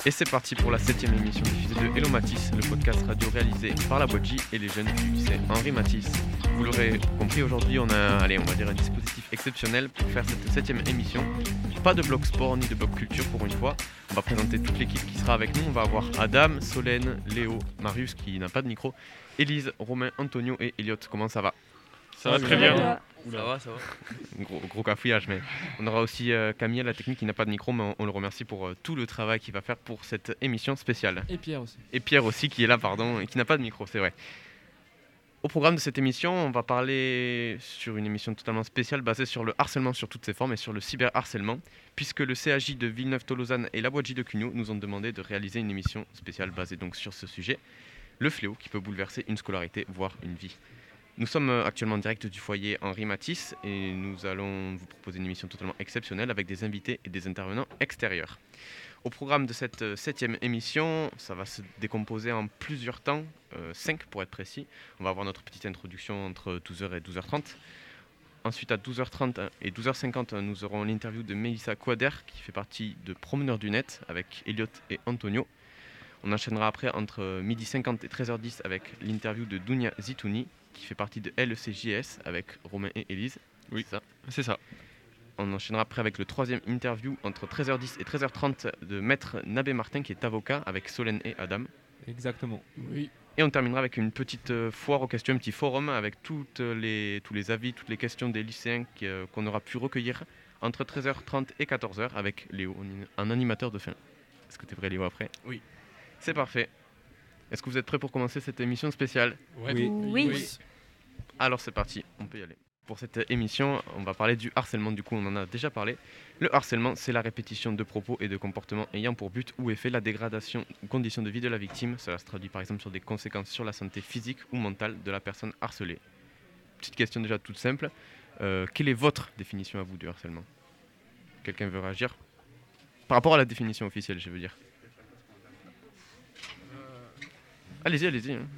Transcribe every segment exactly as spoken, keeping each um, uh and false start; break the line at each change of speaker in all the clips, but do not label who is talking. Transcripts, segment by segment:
Et c'est parti pour la septième émission diffusée de Hello Matisse, le podcast radio réalisé par la Boîte J et les jeunes du lycée Henri Matisse. Vous l'aurez compris, aujourd'hui on a, allez, on va dire un dispositif exceptionnel pour faire cette septième émission. Pas de bloc sport ni de bloc culture pour une fois. On va présenter toute l'équipe qui sera avec nous. On va avoir Adam, Solène, Léo, Marius qui n'a pas de micro, Élise, Romain, Antonio et Elliot. Comment ça va?
Ça va très bien.
Ça va, ça va.
Gros, gros cafouillage, mais on aura aussi euh, Camille à la technique qui n'a pas de micro, mais on, on le remercie pour euh, tout le travail qu'il va faire pour cette émission spéciale.
Et Pierre aussi.
Et Pierre aussi qui est là, pardon, et qui n'a pas de micro, c'est vrai. Au programme de cette émission, on va parler sur une émission totalement spéciale basée sur le harcèlement sur toutes ses formes et sur le cyberharcèlement, puisque le C A J de Villeneuve-Tolosane et la Boîte J de Cugnot nous ont demandé de réaliser une émission spéciale basée donc sur ce sujet, le fléau qui peut bouleverser une scolarité, voire une vie. Nous sommes actuellement en direct du foyer Henri Matisse et nous allons vous proposer une émission totalement exceptionnelle avec des invités et des intervenants extérieurs. Au programme de cette septième émission, ça va se décomposer en plusieurs temps, euh, cinq pour être précis. On va avoir notre petite introduction entre douze heures et douze heures trente. Ensuite, à douze heures trente et douze heures cinquante, nous aurons l'interview de Mélissa Quader qui fait partie de Promeneurs du Net avec Elliot et Antonio. On enchaînera après entre midi cinquante et treize heures dix avec l'interview de Dounia Zitouni qui fait partie de L E C J S avec Romain et Élise.
Oui,
c'est ça.
C'est ça.
On enchaînera après avec le troisième interview entre treize heures dix et treize heures trente de Maître Nabé Martin qui est avocat avec Solène et Adam.
Exactement. Oui.
Et on terminera avec une petite euh, foire aux questions, un petit forum avec toutes les, tous les avis, toutes les questions des lycéens qui, euh, qu'on aura pu recueillir entre treize heures trente et quatorze heures avec Léo, un animateur de fin. Est-ce que tu es prêt, Léo, après?
Oui.
C'est parfait. Est-ce que vous êtes prêts pour commencer cette émission spéciale?
Ouais.
Oui.
Oui.
Oui.
Alors c'est parti, on peut y aller. Pour cette émission, on va parler du harcèlement, du coup on en a déjà parlé. Le harcèlement, c'est la répétition de propos et de comportements ayant pour but ou effet la dégradation ou condition de vie de la victime. Cela se traduit par exemple sur des conséquences sur la santé physique ou mentale de la personne harcelée. Petite question déjà toute simple, euh, quelle est votre définition à vous du harcèlement? Quelqu'un veut réagir? Par rapport à la définition officielle, je veux dire. Allez-y, allez-y. Hein.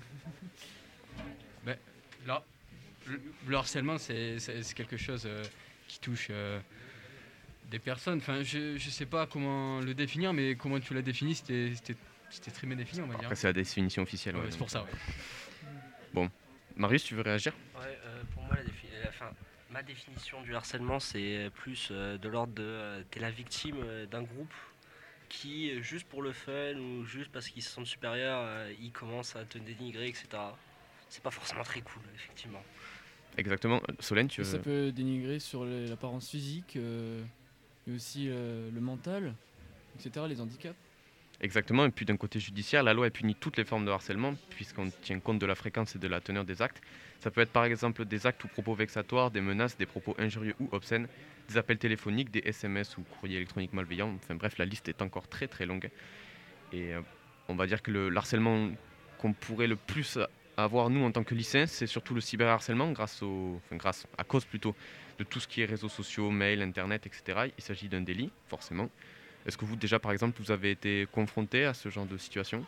Ben, là, le, le harcèlement, c'est, c'est, c'est quelque chose euh, qui touche euh, des personnes. Enfin, je ne sais pas comment le définir, mais comment tu l'as défini, c'était, c'était, c'était très bien défini, on va dire.
Après, c'est la définition officielle.
Ouais,
Ouais,
c'est
donc,
pour ça, ouais.
Bon, Marius, tu veux réagir?
Ouais, euh, pour moi, la défi- euh, enfin, ma définition du harcèlement, c'est plus euh, de l'ordre de euh, t'es la victime euh, d'un groupe qui, euh, juste pour le fun ou juste parce qu'ils se sentent supérieurs, euh, ils commencent à te dénigrer, et cetera. C'est pas forcément très cool, effectivement.
Exactement. Solène, tu
Et ça
veux...
peut dénigrer sur les- l'apparence physique, euh, mais aussi euh, le mental, et cetera, les handicaps.
Exactement, et puis d'un côté judiciaire, la loi elle punit toutes les formes de harcèlement, puisqu'on tient compte de la fréquence et de la teneur des actes. Ça peut être par exemple des actes ou propos vexatoires, des menaces, des propos injurieux ou obscènes, des appels téléphoniques, des S M S ou courriers électroniques malveillants, enfin bref, la liste est encore très très longue. Et euh, on va dire que le, le harcèlement qu'on pourrait le plus avoir nous en tant que lycéens, c'est surtout le cyberharcèlement, grâce, au, enfin, grâce à cause plutôt de tout ce qui est réseaux sociaux, mail, internet, et cetera. Il s'agit d'un délit, forcément. Est-ce que vous, déjà, par exemple, vous avez été confronté à ce genre de situation?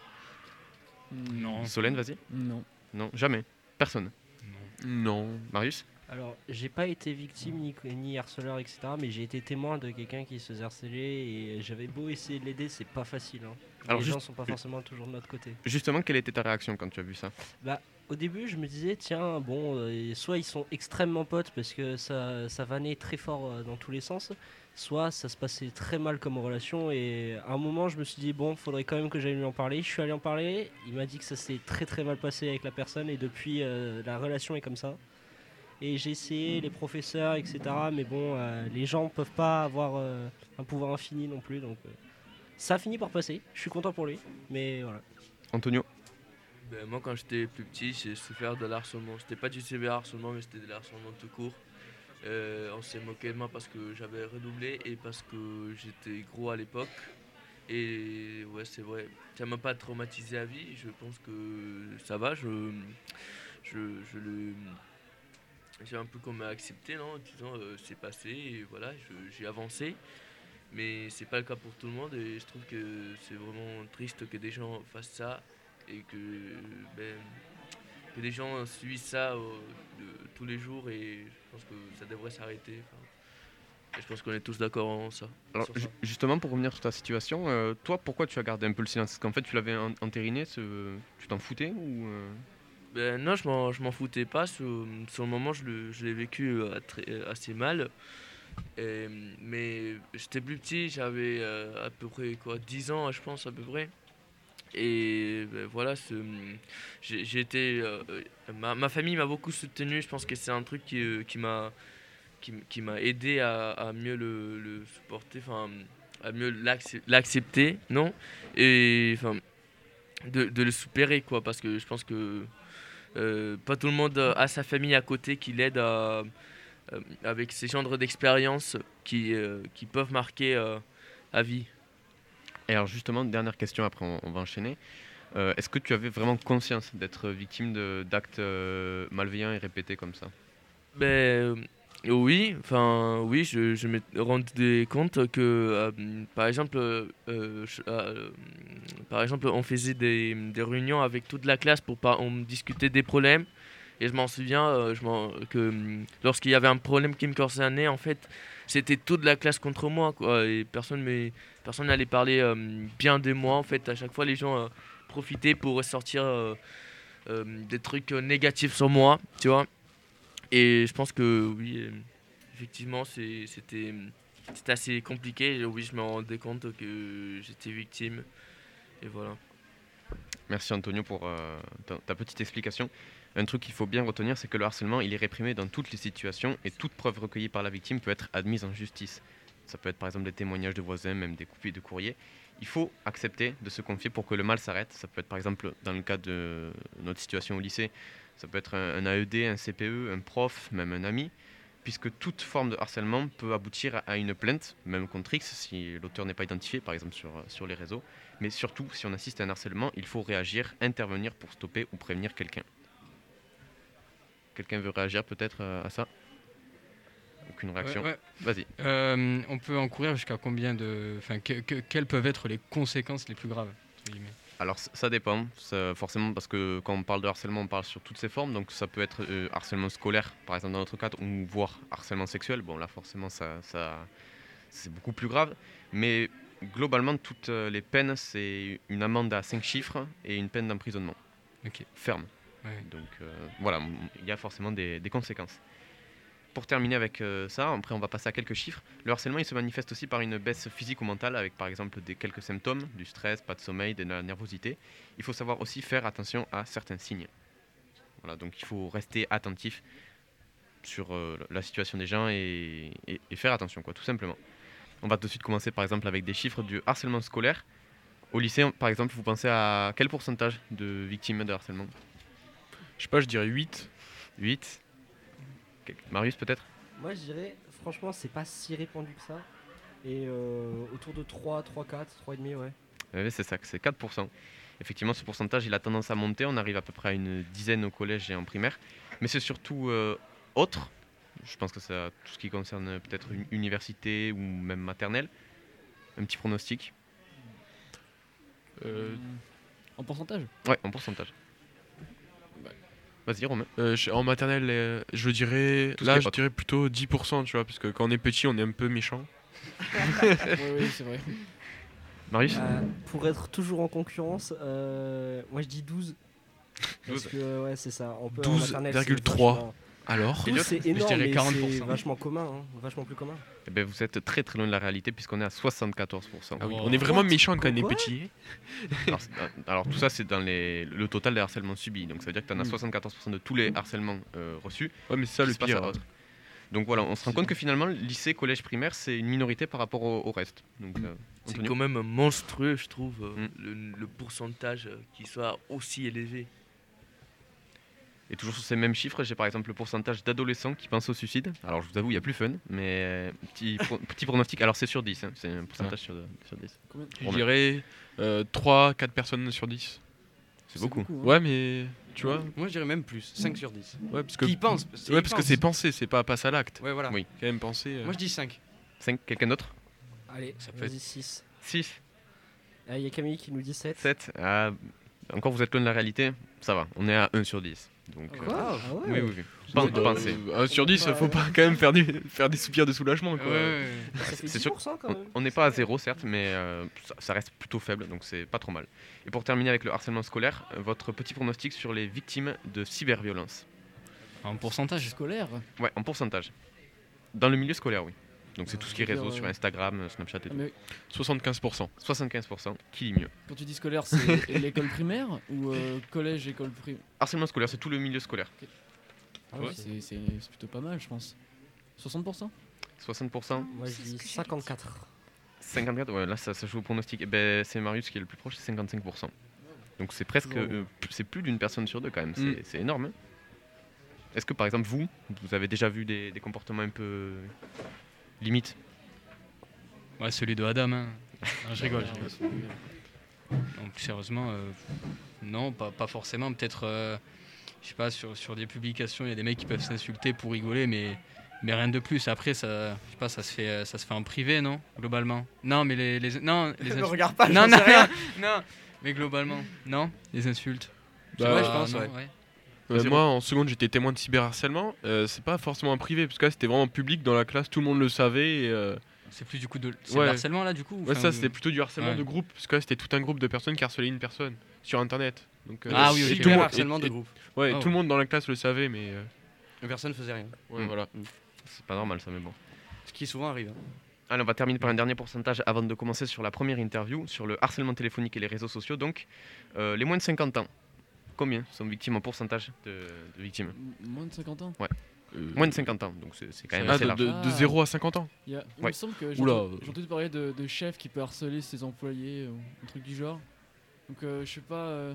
Non.
Solène, vas-y.
Non.
Non, jamais. Personne.
Non.
Marius?
Alors, j'ai pas été victime ni, ni harceleur, et cetera. Mais j'ai été témoin de quelqu'un qui se faisait harceler et j'avais beau essayer de l'aider, c'est pas facile. Hein.
Alors
Les
juste-
gens sont pas forcément toujours de notre côté.
Justement, quelle était ta réaction quand tu as vu ça?
Bah, au début, je me disais, tiens, bon, euh, soit ils sont extrêmement potes parce que ça, ça vannait très fort euh, dans tous les sens, soit ça se passait très mal comme relation. Et à un moment, je me suis dit, bon, faudrait quand même que j'aille lui en parler. Je suis allé en parler, il m'a dit que ça s'est très très mal passé avec la personne et depuis, euh, la relation est comme ça. Et j'ai essayé, les professeurs, et cetera. Mais bon, euh, les gens peuvent pas avoir euh, un pouvoir infini non plus. Donc, euh, ça a fini par passer. Je suis content pour lui. Mais voilà.
Antonio?
Ben, moi, quand j'étais plus petit, j'ai souffert de l'harcèlement. C'était pas du cyberharcèlement, mais c'était de l'harcèlement tout court. Euh, on s'est moqué de moi parce que j'avais redoublé et parce que j'étais gros à l'époque. Et ouais, c'est vrai. Ça m'a pas traumatisé à vie. Je pense que ça va. Je, je, je le, j'ai un peu comme accepté, non, en disant euh, c'est passé et voilà, je- j'ai avancé. Mais c'est pas le cas pour tout le monde et je trouve que c'est vraiment triste que des gens fassent ça et que, ben, que des gens suivent ça euh, de- tous les jours et je pense que ça devrait s'arrêter. Enfin, Et je pense qu'on est tous d'accord en ça.
Alors,
sur ça.
ju- justement, pour revenir sur ta situation, euh, toi, pourquoi tu as gardé un peu le silence? Est-ce qu'en fait, tu l'avais en- entériné, ce... tu t'en foutais ou euh,
Ben non, je m'en, je m'en foutais pas. Sur, sur le moment, je, le- je l'ai vécu euh, très- euh, assez mal. Et, mais j'étais plus petit, j'avais euh, à peu près quoi, dix ans, je pense, à peu près. Et ben, voilà, ce- j'ai, j'ai été, euh, ma, ma famille m'a beaucoup soutenu. Je pense que c'est un truc qui, euh, qui m'a, qui, m- qui m'a aidé à, à mieux le, le supporter, enfin, à mieux l'accep- l'accepter, non? Et enfin, de, de le supérer, quoi, parce que je pense que euh, pas tout le monde a sa famille à côté qui l'aide à, euh, avec ces genres d'expériences qui, euh, qui peuvent marquer euh, à vie.
Et alors justement, dernière question, après on, on va enchaîner. Euh, est-ce que tu avais vraiment conscience d'être victime de- d'actes euh, malveillants et répétés comme ça?
Ben euh, oui, enfin oui, je, je me rendais compte que euh, par exemple, euh, euh, je- euh, par exemple, on faisait des, des réunions avec toute la classe pour pas, on discutait des problèmes. Et je m'en souviens euh, je m'en- que hum, lorsqu'il y avait un problème qui me concernait, en fait, c'était toute la classe contre moi, quoi. Et personne mais personne n'allait parler euh, bien de moi. En fait, à chaque fois, les gens euh, profitaient pour ressortir euh, euh, des trucs euh, négatifs sur moi, tu vois. Et je pense que oui, euh, effectivement, c'est- c'était c'était assez compliqué. Et oui, je me rendais compte que j'étais victime. Et voilà.
Merci Antonio pour euh, ta, ta petite explication. Un truc qu'il faut bien retenir, c'est que le harcèlement, il est réprimé dans toutes les situations et toute preuve recueillie par la victime peut être admise en justice. Ça peut être par exemple des témoignages de voisins, même des copies de courrier. Il faut accepter de se confier pour que le mal s'arrête. Ça peut être par exemple dans le cas de notre situation au lycée, ça peut être un, un A E D, un C P E, un prof, même un ami, puisque toute forme de harcèlement peut aboutir à une plainte, même contre X, si l'auteur n'est pas identifié, par exemple sur, sur les réseaux. Mais surtout, si on assiste à un harcèlement, il faut réagir, intervenir pour stopper ou prévenir quelqu'un. Quelqu'un veut réagir peut-être euh, à ça? Aucune réaction.
Ouais, ouais.
Vas-y.
Euh, on peut encourir jusqu'à combien de. Enfin, que- que- quelles peuvent être les conséquences les plus graves entre guillemets.
Alors c- ça dépend, ça- forcément parce que quand on parle de harcèlement, on parle sur toutes ses formes, donc ça peut être euh, harcèlement scolaire, par exemple dans notre cadre, ou voire harcèlement sexuel. Bon là forcément ça, ça c'est beaucoup plus grave, mais globalement toutes euh, les peines c'est une amende à cinq chiffres et une peine d'emprisonnement
Ok.
ferme.
Ouais.
Donc euh, voilà, m- il y a forcément des, des conséquences. Pour terminer avec euh, ça, après on va passer à quelques chiffres. Le harcèlement il se manifeste aussi par une baisse physique ou mentale avec par exemple des quelques symptômes, du stress, pas de sommeil, de la nervosité. Il faut savoir aussi faire attention à certains signes. Voilà, donc il faut rester attentif sur euh, la situation des gens et, et- et faire attention quoi, tout simplement. On va tout de suite commencer par exemple avec des chiffres du harcèlement scolaire. Au lycée, on- par exemple, vous pensez à quel pourcentage de victimes de harcèlement?
Je sais pas, je dirais huit.
huit. Quel- Marius peut-être?
Moi, je dirais, franchement, c'est pas si répandu que ça. Et euh, autour de trois, trois, quatre, trois virgule cinq, ouais.
Oui, c'est ça, c'est quatre pour cent. Effectivement, ce pourcentage, il a tendance à monter. On arrive à peu près à une dizaine au collège et en primaire. Mais c'est surtout euh, autre. Je pense que c'est à tout ce qui concerne euh, peut-être une université ou même maternelle. Un petit pronostic.
Euh,
En pourcentage?
Ouais, en pourcentage. Vas-y, Romain.
euh, je- en maternelle, euh, je dirais.
Tout ce
Là,
qui est
je
autre.
dirais plutôt dix pour cent, tu vois, parce que quand on est petit, on est un peu méchant.
Oui, oui, c'est vrai.
Marius?
Euh, pour être toujours en concurrence, euh, moi je dis douze. Parce
douze.
que, ouais, c'est ça. On peut, en
douze
maternelle,
virgule
c'est
trois.
vachement-
Alors
douze, c'est énorme,
dirais
mais
quarante pour
c'est
cent.
vachement commun, hein, vachement plus commun.
Eh ben, vous êtes très très loin de la réalité puisqu'on est à soixante-quatorze pour cent.
Ah oui,
Oh.
on est vraiment
What?
méchant quand on est
Quoi
petit.
Alors, c'est- euh, alors, tout ça, c'est dans les, le total des harcèlements subis. Donc ça veut dire que tu en as
Mm.
soixante-quatorze pour cent de tous les harcèlements euh, reçus.
Ouais, mais c'est ça
qui
le
se passe à
pire.
autre. Donc voilà, on se rend compte que finalement, lycée, collège, primaire, c'est une minorité par rapport au, au reste. Donc, euh,
C'est
Antonio.
quand même monstrueux, je trouve, euh,
Mm.
le, le pourcentage euh, qui soit aussi élevé.
Et toujours sur ces mêmes chiffres, j'ai par exemple le pourcentage d'adolescents qui pensent au suicide. Alors je vous avoue, il y a plus fun, mais euh, petit, pro- petit pronostic. Alors c'est sur dix, hein, c'est un pourcentage sur, sur dix.
Combien?
Je
Romain.
dirais euh, trois quatre personnes sur dix.
C'est beaucoup.
hein.
Ouais, mais tu vois,
Moi je dirais même plus, cinq sur dix.
ouais, parce que.
Qui pense
Ouais, parce que c'est pensé, c'est pas passe à l'acte.
Ouais, voilà.
Oui.
Quand même penser. euh,
Moi je dis cinq.
cinq, quelqu'un d'autre?
Allez,
Ça peut
vas-y, six.
six,
Il y a Camille qui nous dit sept.
sept. Ah, Encore, vous êtes loin de la réalité, ça va, on est à un sur dix. Donc, euh,
Quoi Ah ouais.
oui, oui, oui. Pen-
Euh,
pensez.
un sur dix,
Bah,
faut pas quand même faire, du, faire des soupirs de soulagement. Quoi.
Ouais, ouais, ouais.
Ça fait
C'est
dix
sûr
pour cent quand
On-
même.
On n'est pas à zéro, certes, mais euh, ça, ça reste plutôt faible, donc c'est pas trop mal. Et pour terminer avec le harcèlement scolaire, euh, votre petit pronostic sur les victimes de cyberviolence.
En pourcentage.
Scolaire.
Ouais, en pourcentage. Dans le milieu scolaire, oui. Donc c'est
Euh,
tout ce qui est
je veux
réseau
dire,
sur
euh,
Instagram, euh, Snapchat et
Ah,
tout.
mais
soixante-quinze pour cent.
soixante-quinze pour cent, qui dit mieux.
quand tu dis scolaire, c'est l'école primaire ou euh, collège, école primaire?
Harcèlement scolaire, c'est tout le milieu scolaire.
Ah ouais,
Ouais.
c'est c'est- c'est plutôt pas mal, je pense. soixante pour cent.
soixante pour cent,
Moi je dis cinquante-quatre.
cinquante-quatre, ouais, là ça, ça joue au pronostic. Eh ben, c'est Marius qui est le plus proche, c'est cinquante-cinq pour cent. Donc c'est presque,
Wow.
euh, p- c'est plus d'une personne sur deux quand même, c'est
Mm.
c'est énorme. hein. Est-ce que par exemple vous, vous avez déjà vu des, des comportements un peu limites?
Ouais, celui de Adam. Hein. Non, je rigole. je
Ah,
rigole.
ouais, c'est-
Non, plus sérieusement, euh, non, pas, pas forcément. Peut-être, euh, je sais pas, sur, sur des publications, il y a des mecs qui peuvent s'insulter pour rigoler, mais, mais rien de plus. Après, ça, je sais pas, ça se fait, ça se fait en privé, non, globalement. Non, mais les, les non, les
Ne
insultes.
regarde pas,
non,
j'en
non,
sais rien.
non, mais globalement, non, les insultes.
Bah,
Ouais, je pense,
non,
ouais.
Euh,
Zéro.
moi, en seconde, j'étais témoin de cyberharcèlement. Euh, c'est pas forcément en privé, parce que là, c'était vraiment public dans la classe, tout le monde le savait. Et, euh,
C'est plus du coup de, c'est
Ouais.
de harcèlement là, du coup.
ouais,
enfin,
ça,
ou-
c'était plutôt du harcèlement
Ouais.
de groupe, parce que là, c'était tout un groupe de personnes qui harcelaient une personne sur Internet. Donc, euh,
Ah oui,
et
ok.
tout le
Super
monde-
harcèlement
et-
de
et-
groupe.
Ouais,
Oh.
tout le monde dans la classe le savait, mais euh,
Et personne ne faisait rien.
ouais,
Mm.
voilà.
C'est pas normal ça, mais bon.
Ce qui souvent arrive. hein.
Allez, on va terminer par un dernier pourcentage avant de commencer sur la première interview, sur le harcèlement téléphonique et les réseaux sociaux. Donc, euh, les moins de cinquante ans, combien sont victimes en pourcentage de, de victimes?
M- Moins de cinquante ans.
Euh,
Moins de cinquante ans, donc c'est c'est quand même
ah,
assez
de,
large.
de, de
Ah.
zéro à cinquante ans.
Il, y a- il
Ouais.
me semble que j'ai
Oula.
entendu, j'ai entendu parler de, de chef qui peut harceler ses employés ou un truc du genre. Donc euh, je sais pas. Euh...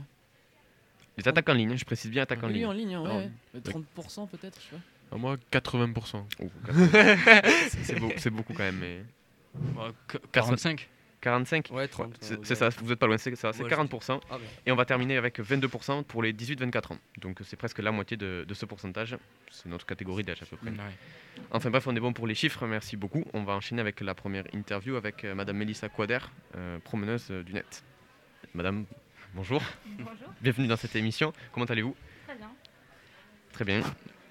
Les attaques en ligne, je précise bien attaques en
oui,
ligne.
en ligne, hein, ouais.
Ah,
ouais. Mais trente pour cent peut-être, je sais pas.
À moi, quatre-vingts pour cent.
Oh, c'est c'est beau- c'est beaucoup quand même, mais...
Ouais, qu- quarante-cinq.
quarante-cinq
Ouais, trente.
C'est
ouais,
c'est
ouais.
ça, vous êtes pas loin, c'est ça, c'est
Ouais,
quarante pour cent.
Ah, bien.
Et on va terminer avec vingt-deux pour cent pour les dix-huit vingt-quatre ans. Donc c'est presque la moitié de, de ce pourcentage. C'est notre catégorie d'âge à peu près.
Ouais.
Enfin bref, on est bon pour les chiffres, merci beaucoup. On va enchaîner avec la première interview avec euh, Madame Mélissa Quader, euh, promeneuse euh, du net. Madame, bonjour,
Bonjour,
bienvenue dans cette émission. Comment allez-vous?
très bien.
Très bien.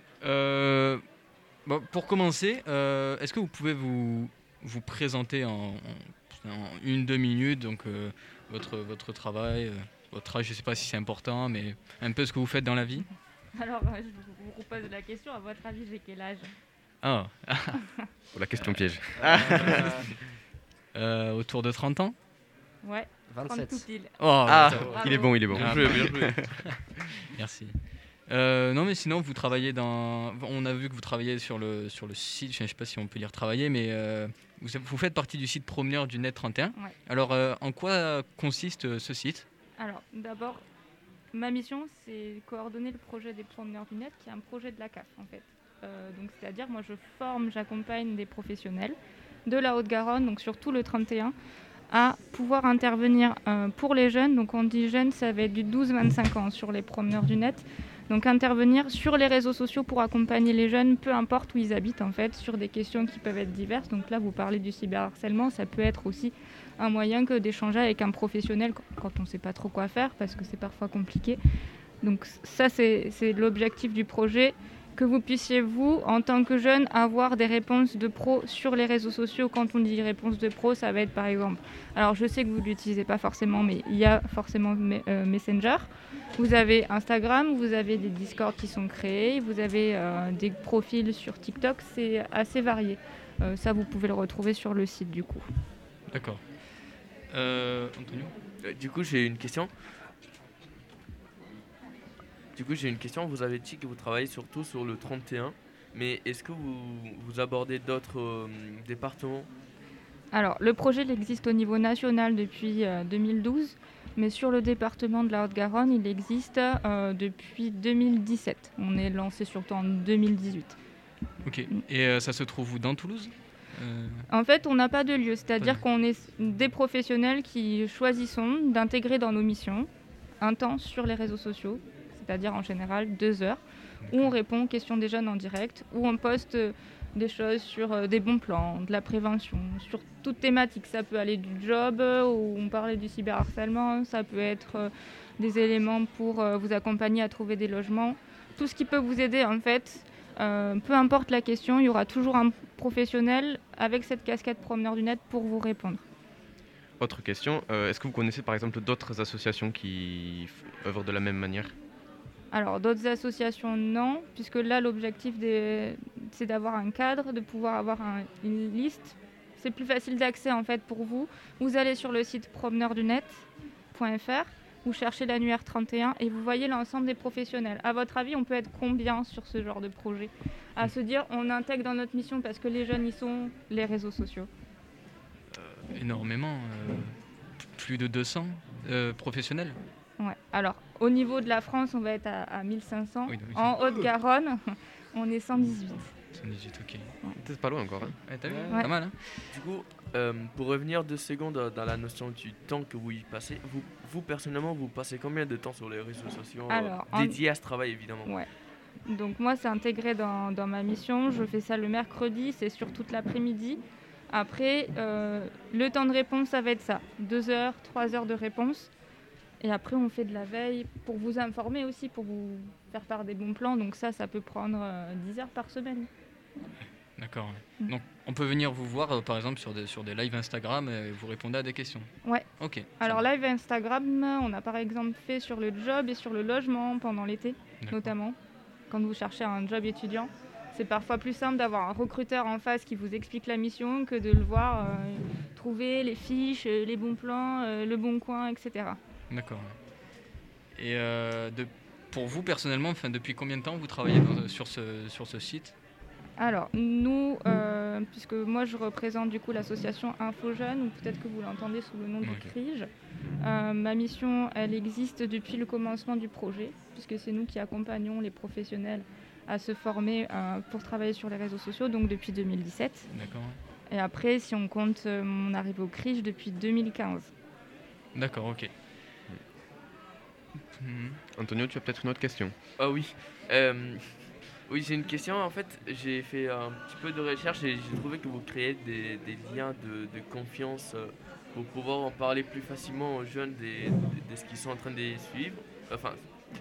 Euh, bon, pour commencer, euh, est-ce que vous pouvez vous, vous présenter en, en- en une, deux minutes, donc euh, votre, votre travail, euh, votre âge, je ne sais pas si c'est important, mais un peu ce que vous faites dans la vie?
Alors, euh, je vous repose la question. À votre avis, j'ai quel âge?
Ah,
Oh, la question piège.
euh, autour de trente ans?
Ouais, trente tout
vingt-sept.
pile.
Oh,
Ah,
putain.
Bravo.
il est bon, il est bon.
Ah,
Bien joué, bien joué.
Merci. Euh, non, mais sinon, vous travaillez dans. On a vu que vous travaillez sur le, sur le site, je ne sais pas si on peut dire travailler, mais euh, vous, vous faites partie du site promeneur du Net trente et un.
Ouais.
Alors, euh, en quoi consiste euh, ce site?
Alors, d'abord, ma mission, c'est coordonner le projet des promeneurs du net, qui est un projet de la C A F, en fait. Euh, donc, c'est-à-dire, moi, je forme, j'accompagne des professionnels de la Haute-Garonne, donc surtout le trente et un, à pouvoir intervenir euh, pour les jeunes. Donc, on dit jeunes, ça va être du douze à vingt-cinq ans sur les promeneurs du net. Donc, intervenir sur les réseaux sociaux pour accompagner les jeunes, peu importe où ils habitent, en fait, sur des questions qui peuvent être diverses. Donc là, vous parlez du cyberharcèlement, ça peut être aussi un moyen que d'échanger avec un professionnel quand on ne sait pas trop quoi faire, parce que c'est parfois compliqué. Donc ça, c'est c'est l'objectif du projet, que vous puissiez, vous, en tant que jeune, avoir des réponses de pro sur les réseaux sociaux. Quand on dit réponse de pro, ça va être par exemple... Alors je sais que vous ne l'utilisez pas forcément, mais il y a forcément me- euh, Messenger. Vous avez Instagram, vous avez des Discord qui sont créés, vous avez euh, des profils sur TikTok, c'est assez varié. Euh, ça, vous pouvez le retrouver sur le site du coup.
D'accord. Euh, Antonio?
Euh, Du coup, j'ai une question. Du coup, j'ai une question. Vous avez dit que vous travaillez surtout sur le trente et un, mais est-ce que vous, vous abordez d'autres euh, départements?
Alors, le projet il existe au niveau national depuis euh, deux mille douze, mais sur le département de la Haute-Garonne, il existe euh, depuis deux mille dix-sept. On est lancé surtout en deux mille dix-huit.
Ok. Et euh, ça se trouve où? Dans Toulouse? Euh,
En fait, on n'a pas de lieu, c'est-à-dire
Ouais.
qu'on est des professionnels qui choisissons d'intégrer dans nos missions un temps sur les réseaux sociaux, c'est-à-dire en général deux heures, où on répond aux questions des jeunes en direct, où on poste des choses sur euh, des bons plans, de la prévention, sur toute thématique. Ça peut aller du job, euh, où on parlait du cyberharcèlement, ça peut être euh, des éléments pour euh, vous accompagner à trouver des logements. Tout ce qui peut vous aider en fait, euh, peu importe la question, il y aura toujours un professionnel avec cette casquette promeneur du net pour vous répondre.
Autre question, euh, est-ce que vous connaissez par exemple d'autres associations qui f- œuvrent de la même manière?
Alors d'autres associations non, puisque là l'objectif des- c'est d'avoir un cadre, de pouvoir avoir un- une liste. C'est plus facile d'accès en fait pour vous. Vous allez sur le site promeneur du net point f r, vous cherchez l'annuaire trente et un et vous voyez l'ensemble des professionnels. À votre avis, on peut être combien sur ce genre de projet? À se dire, on intègre dans notre mission parce que les jeunes y sont, les réseaux sociaux.
Énormément. euh, plus de deux cents euh, professionnels.
Ouais. Alors, au niveau de la France, on va être à, à mille cinq cents.
Oui, oui.
En Haute-Garonne, on est cent dix-huit.
cent dix-huit, ok.
C'est pas loin encore. Hein.
Ouais, t'as vu
Ouais.
Pas mal, hein.
Du coup, euh, pour revenir deux secondes dans la notion du temps que vous y passez, vous, vous personnellement, vous passez combien de temps sur les réseaux sociaux euh,
Alors, en-
dédiés à ce travail évidemment?
Ouais. Donc moi, c'est intégré dans, dans ma mission. Je fais ça le mercredi, c'est sur toute l'après-midi. Après, euh, le temps de réponse, ça va être ça. Deux heures, trois heures de réponse. Et après, on fait de la veille pour vous informer aussi, pour vous faire part des bons plans. Donc ça, ça peut prendre euh, dix heures par semaine.
D'accord. ouais.
Mm.
Donc, on peut venir vous voir, euh, par exemple, sur des, sur des lives Instagram et vous répondez à des questions.
Ouais.
Ok.
Alors live Instagram, on a par exemple fait sur le job et sur le logement pendant l'été,
D'accord.
notamment. Quand vous cherchez un job étudiant, c'est parfois plus simple d'avoir un recruteur en face qui vous explique la mission que de le voir euh, trouver les fiches, euh, les bons plans, euh, le bon coin, et cetera.
D'accord. ouais. Et euh, de, pour vous, personnellement, enfin, depuis combien de temps vous travaillez dans- sur, ce, sur ce site?
Alors nous, euh, puisque moi je représente du coup l'association Info Jeunes, ou peut-être que vous l'entendez sous le nom du
Ok.
C R I J, euh, ma mission elle existe depuis le commencement du projet, puisque c'est nous qui accompagnons les professionnels à se former euh, pour travailler sur les réseaux sociaux, donc depuis deux mille dix-sept.
D'accord. ouais.
Et après, si on compte euh, mon arrivée au C R I J depuis deux mille quinze.
D'accord, ok. Mhm.
Antonio, tu as peut-être une autre question?
Ah oui. Euh, oui, j'ai une question. En fait, j'ai fait un petit peu de recherche et j'ai trouvé que vous créez des, des liens de, de confiance euh, pour pouvoir en parler plus facilement aux jeunes des- de, de ce qu'ils sont en train de suivre. Enfin,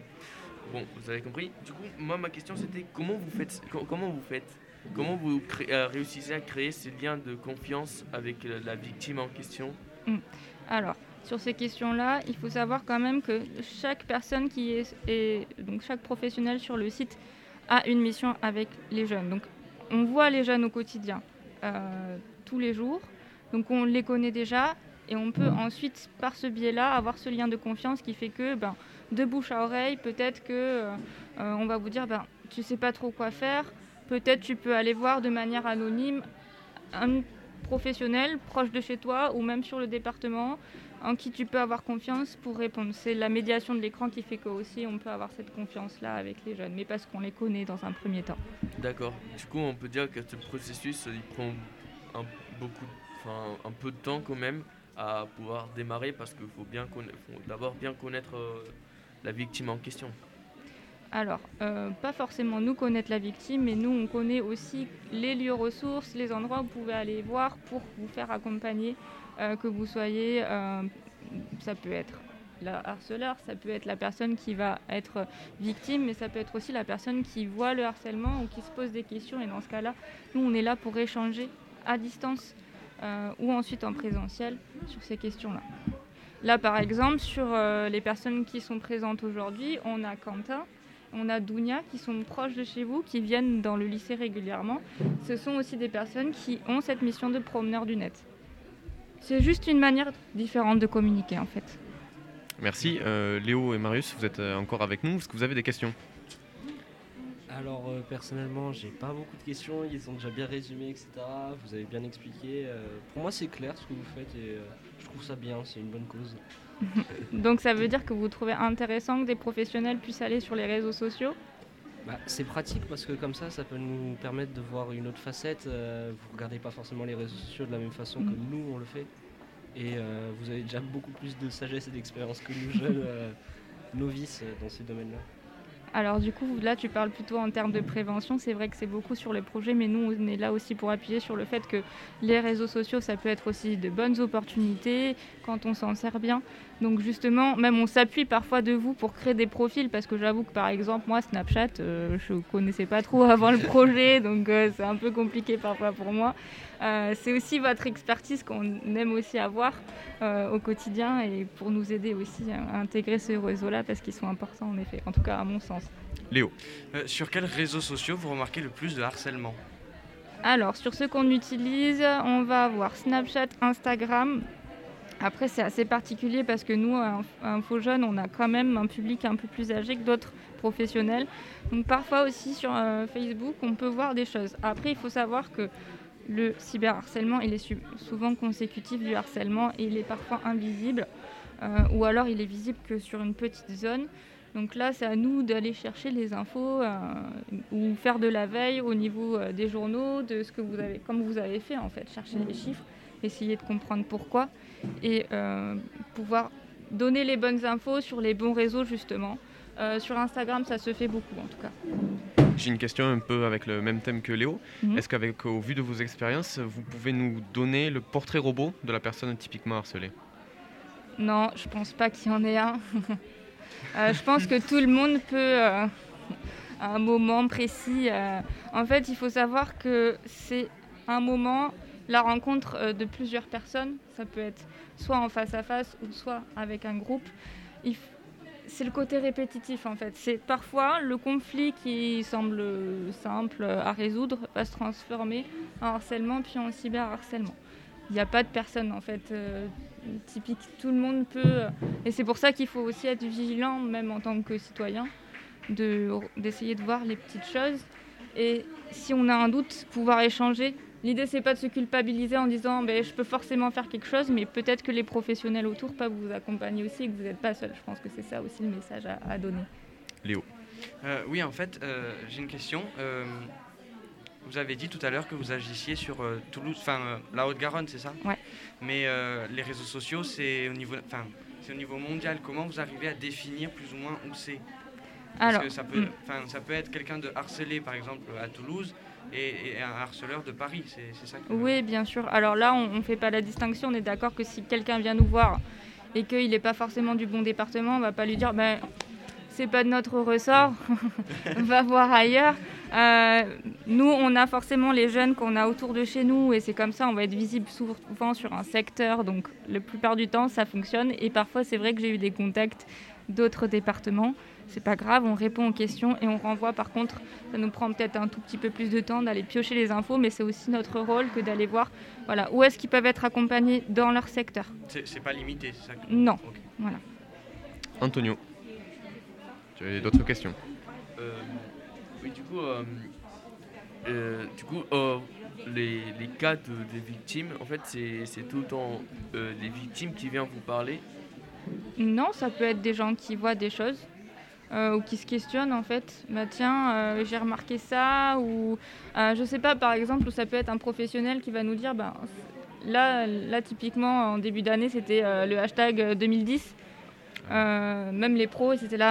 bon, vous avez compris. Du coup, moi, ma question c'était comment vous faites, co- comment vous faites, comment vous cré- euh, réussissez à créer ces liens de confiance avec euh, la victime en question?
Alors, sur ces questions-là, il faut savoir quand même que chaque personne qui est, est- donc chaque professionnel sur le site a une mission avec les jeunes. Donc, on voit les jeunes au quotidien, euh, tous les jours. Donc, on les connaît déjà et on peut ensuite, par ce biais-là, avoir ce lien de confiance qui fait que, ben, de bouche à oreille, peut-être que euh, euh, on va vous dire, ben, tu sais pas trop quoi faire. Peut-être tu peux aller voir de manière anonyme un professionnel proche de chez toi ou même sur le département en qui tu peux avoir confiance pour répondre. C'est la médiation de l'écran qui fait que aussi on peut avoir cette confiance-là avec les jeunes, mais parce qu'on les connaît dans un premier temps.
D'accord. Du coup, on peut dire que ce processus, il prend un, beaucoup, enfin, un peu de temps quand même à pouvoir démarrer parce qu'il faut bien conna- faut d'abord bien connaître euh, la victime en question.
Alors, euh, pas forcément nous connaître la victime, mais nous on connaît aussi les lieux ressources, les endroits où vous pouvez aller voir pour vous faire accompagner, euh, que vous soyez, euh, ça peut être le harceleur, ça peut être la personne qui va être victime, mais ça peut être aussi la personne qui voit le harcèlement ou qui se pose des questions. Et dans ce cas-là, nous on est là pour échanger à distance euh, ou ensuite en présentiel sur ces questions-là. Là par exemple, sur euh, les personnes qui sont présentes aujourd'hui, on a Quentin, on a Dounia qui sont proches de chez vous, qui viennent dans le lycée régulièrement. Ce sont aussi des personnes qui ont cette mission de promeneur du net. C'est juste une manière différente de communiquer en fait.
Merci. Euh, Léo et Marius, vous êtes euh, encore avec nous. Est-ce que vous avez des questions?
Alors euh, personnellement, j'ai pas beaucoup de questions, ils ont déjà bien résumé, et cetera. Vous avez bien expliqué. euh, pour moi, c'est clair ce que vous faites et euh, je trouve ça bien, c'est une bonne cause.
Donc ça veut dire que vous trouvez intéressant que des professionnels puissent aller sur les réseaux sociaux?
Bah, c'est pratique parce que comme ça, ça peut nous permettre de voir une autre facette. euh, vous regardez pas forcément les réseaux sociaux de la même façon que
Mhm.
nous on le fait. Et euh, vous avez déjà beaucoup plus de sagesse et d'expérience que nous jeunes euh, novices euh, dans ces domaines-là.
Alors du coup, là, tu parles plutôt en termes de prévention. C'est vrai que c'est beaucoup sur le projet, mais nous, on est là aussi pour appuyer sur le fait que les réseaux sociaux, ça peut être aussi de bonnes opportunités quand on s'en sert bien. Donc justement, même on s'appuie parfois de vous pour créer des profils, parce que j'avoue que par exemple, moi, Snapchat, euh, je ne connaissais pas trop avant le projet, donc euh, c'est un peu compliqué parfois pour moi. Euh, c'est aussi votre expertise qu'on aime aussi avoir euh, au quotidien et pour nous aider aussi à intégrer ce réseau-là parce qu'ils sont importants en effet, en tout cas à mon sens.
Léo.
Euh, sur quels réseaux sociaux vous remarquez le plus de harcèlement ?
Alors, sur ceux qu'on utilise, on va avoir Snapchat, Instagram. Après, c'est assez particulier parce que nous, à Info Jeune, on a quand même un public un peu plus âgé que d'autres professionnels. Donc parfois aussi sur euh, Facebook, on peut voir des choses. Après, il faut savoir que le cyberharcèlement, il est su- souvent consécutif du harcèlement et il est parfois invisible. Euh, ou alors, il est visible que sur une petite zone. Donc là, c'est à nous d'aller chercher les infos euh, ou faire de la veille au niveau euh, des journaux, de ce que vous avez, comme vous avez fait en fait, chercher les chiffres, essayer de comprendre pourquoi et euh, pouvoir donner les bonnes infos sur les bons réseaux justement. Euh, sur Instagram, ça se fait beaucoup en tout cas.
J'ai une question un peu avec le même thème que Léo.
Mhm.
Est-ce qu'avec, au vu de vos expériences, vous pouvez nous donner le portrait robot de la personne typiquement harcelée ?
Non, je pense pas qu'il y en ait un. Euh, je pense que tout le monde peut, euh, à un moment précis. euh, En fait, il faut savoir que c'est un moment, la rencontre euh, de plusieurs personnes. Ça peut être soit en face à face ou soit avec un groupe. Il f- C'est le côté répétitif en fait. C'est parfois le conflit qui semble simple à résoudre va se transformer en harcèlement puis en cyberharcèlement. Il n'y a pas de personne en fait euh, typique. Tout le monde peut. euh, Et c'est pour ça qu'il faut aussi être vigilant, même en tant que citoyen, de, d'essayer de voir les petites choses. Et si on a un doute, pouvoir échanger. L'idée, c'est pas de se culpabiliser en disant ben, je peux forcément faire quelque chose, mais peut-être que les professionnels autour peuvent vous accompagner aussi et que vous n'êtes pas seul. Je pense que c'est ça aussi le message à, à donner.
Léo.
Euh, oui, en fait, euh, j'ai une question. Euh, vous avez dit tout à l'heure que vous agissiez sur euh, Toulouse, enfin euh, la Haute-Garonne, c'est ça ?
Ouais.
Mais euh, les réseaux sociaux, c'est au niveau, enfin, c'est au niveau mondial. Comment vous arrivez à définir plus ou moins où c'est ? Parce
Alors,
que ça peut,
mm.
enfin, ça peut être quelqu'un de harcelé, par exemple, à Toulouse, et, et un harceleur de Paris. C'est, c'est ça que...
Oui, bien sûr. Alors là, on ne fait pas la distinction. On est d'accord que si quelqu'un vient nous voir et qu'il n'est pas forcément du bon département, on ne va pas lui dire ben, c'est pas de notre ressort, va voir ailleurs. Euh, nous, on a forcément les jeunes qu'on a autour de chez nous et c'est comme ça, on va être visible souvent sur un secteur. Donc, la plupart du temps, ça fonctionne. Et parfois, c'est vrai que j'ai eu des contacts d'autres départements. C'est pas grave, on répond aux questions et on renvoie. Par contre, ça nous prend peut-être un tout petit peu plus de temps d'aller piocher les infos, mais c'est aussi notre rôle que d'aller voir voilà, où est-ce qu'ils peuvent être accompagnés dans leur secteur.
C'est, c'est pas limité, c'est ça que...
Non,
Ok.
voilà.
Antonio. Tu as d'autres questions ?
Euh, oui, du coup, euh, euh, du coup euh, les, les cas de, des victimes, en fait, c'est, c'est tout le temps euh, les victimes qui viennent vous parler.
Non, ça peut être des gens qui voient des choses euh, ou qui se questionnent en fait. Bah tiens, euh, j'ai remarqué ça ou euh, je sais pas, par exemple, ou ça peut être un professionnel qui va nous dire, ben là, là typiquement en début d'année, c'était euh, le hashtag deux mille dix. Euh, même les pros, ils étaient là.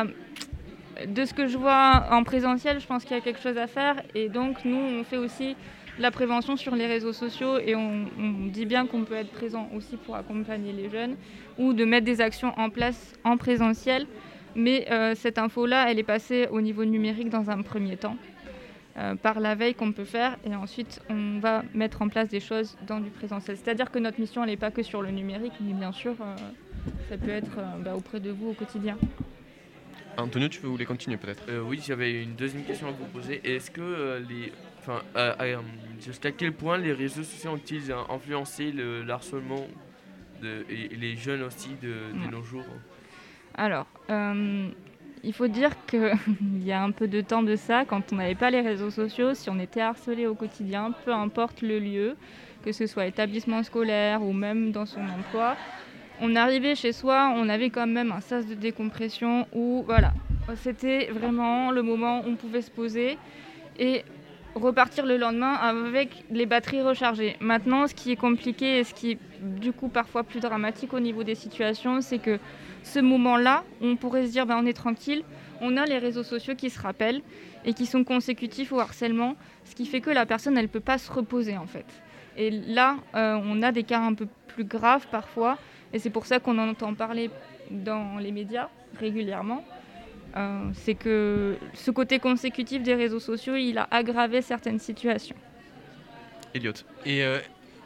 De ce que je vois en présentiel, je pense qu'il y a quelque chose à faire et donc nous, on fait aussi la prévention sur les réseaux sociaux et on, on dit bien qu'on peut être présent aussi pour accompagner les jeunes ou de mettre des actions en place en présentiel. Mais euh, cette info-là, elle est passée au niveau numérique dans un premier temps, euh, par la veille qu'on peut faire et ensuite on va mettre en place des choses dans du présentiel. C'est-à-dire que notre mission, elle n'est pas que sur le numérique, mais bien sûr, euh, ça peut être euh, bah, auprès de vous au quotidien.
Antonio, tu veux les continuer peut-être ?
Euh, oui, j'avais une deuxième question à vous poser. Est-ce que euh, les, enfin, euh, euh, jusqu'à quel point les réseaux sociaux ont-ils euh, influencé le, le harcèlement de, et, et les jeunes aussi de, de
Ouais.
nos jours ?
Alors, euh, il faut dire qu'il y a un peu de temps de ça, quand on n'avait pas les réseaux sociaux, si on était harcelé au quotidien, peu importe le lieu, que ce soit établissement scolaire ou même dans son emploi, on arrivait chez soi, on avait quand même un sas de décompression où, voilà, c'était vraiment le moment où on pouvait se poser et repartir le lendemain avec les batteries rechargées. Maintenant, ce qui est compliqué et ce qui est du coup parfois plus dramatique au niveau des situations, c'est que ce moment-là où on pourrait se dire ben, on est tranquille, on a les réseaux sociaux qui se rappellent et qui sont consécutifs au harcèlement, ce qui fait que la personne elle ne peut pas se reposer en fait. Et là, euh, on a des cas un peu plus graves parfois, et c'est pour ça qu'on en entend parler dans les médias régulièrement. Euh, c'est que ce côté consécutif des réseaux sociaux, il a aggravé certaines situations.
Elliot.
Et euh,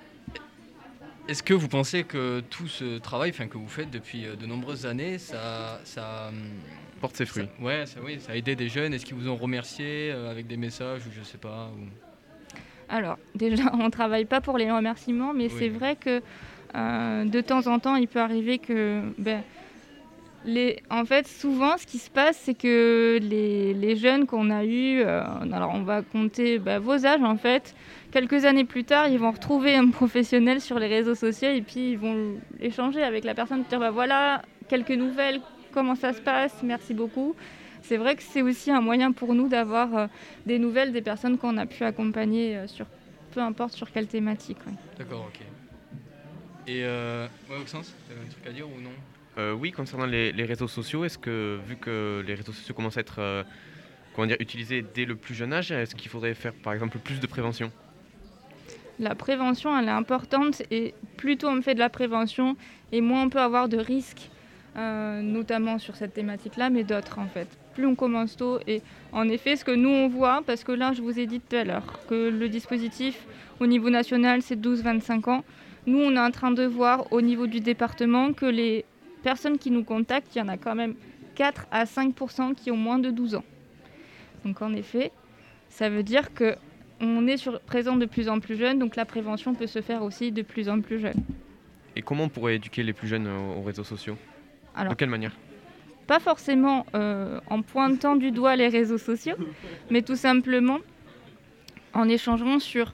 est-ce que vous pensez que tout ce travail que vous faites depuis de nombreuses années, ça, ça
porte ses fruits?
Ça, ouais, ça, oui, ça a aidé des jeunes. Est-ce qu'ils vous ont remercié euh, avec des messages ou je sais pas ou...
Alors, déjà, on ne travaille pas pour les remerciements, mais oui. C'est vrai que euh, de temps en temps, il peut arriver que... Ben, les... En fait, souvent, ce qui se passe, c'est que les, les jeunes qu'on a eus, euh, alors on va compter ben, vos âges, en fait, quelques années plus tard, ils vont retrouver un professionnel sur les réseaux sociaux et puis ils vont échanger avec la personne, dire ben, voilà, quelques nouvelles, comment ça se passe, merci beaucoup. C'est vrai que c'est aussi un moyen pour nous d'avoir euh, des nouvelles des personnes qu'on a pu accompagner euh, sur peu importe sur quelle thématique. Ouais.
D'accord, ok. Et euh, ouais, Oxens, tu avais un truc à dire ou non?
euh, Oui, concernant les, les réseaux sociaux, est-ce que vu que les réseaux sociaux commencent à être euh, comment dire, utilisés dès le plus jeune âge, est-ce qu'il faudrait faire par exemple plus de prévention?
La prévention, elle est importante et plus tôt on fait de la prévention et moins on peut avoir de risques. Euh, notamment sur cette thématique-là, mais d'autres en fait. Plus on commence tôt, et en effet, ce que nous on voit, parce que là je vous ai dit tout à l'heure que le dispositif au niveau national c'est douze à vingt-cinq ans, nous on est en train de voir au niveau du département que les personnes qui nous contactent, il y en a quand même quatre à cinq pour cent qui ont moins de douze ans. Donc en effet, ça veut dire qu'on est sur, présent de plus en plus jeune, donc la prévention peut se faire aussi de plus en plus jeune.
Et comment on pourrait éduquer les plus jeunes aux réseaux sociaux?
Alors,
de quelle manière?
Pas forcément euh, en pointant du doigt les réseaux sociaux, mais tout simplement en échangeant sur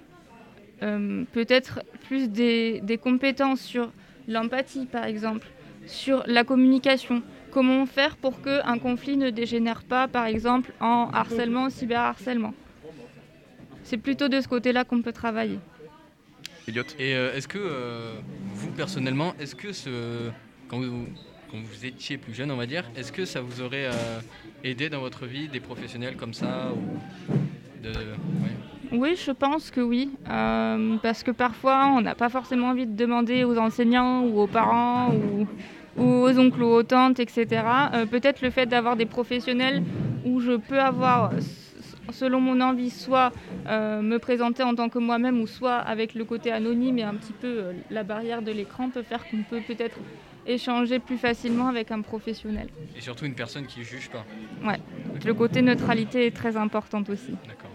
euh, peut-être plus des, des compétences sur l'empathie par exemple, sur la communication. Comment faire pour qu'un conflit ne dégénère pas par exemple en harcèlement, cyberharcèlement. C'est plutôt de ce côté-là qu'on peut travailler.
Elliot.
Et euh, est-ce que euh, vous personnellement, est-ce que ce... Quand vous, quand vous étiez plus jeune, on va dire, est-ce que ça vous aurait euh, aidé dans votre vie, des professionnels comme ça ou de... ouais.
Oui, je pense que oui, euh, parce que parfois on n'a pas forcément envie de demander aux enseignants ou aux parents ou, ou aux oncles ou aux tantes, et cetera. Euh, peut-être le fait d'avoir des professionnels où je peux avoir, selon mon envie, soit euh, me présenter en tant que moi-même ou soit avec le côté anonyme et un petit peu euh, la barrière de l'écran peut faire qu'on peut peut-être échanger plus facilement avec un professionnel.
Et surtout une personne qui ne juge pas.
Ouais, le côté neutralité est très important aussi.
D'accord.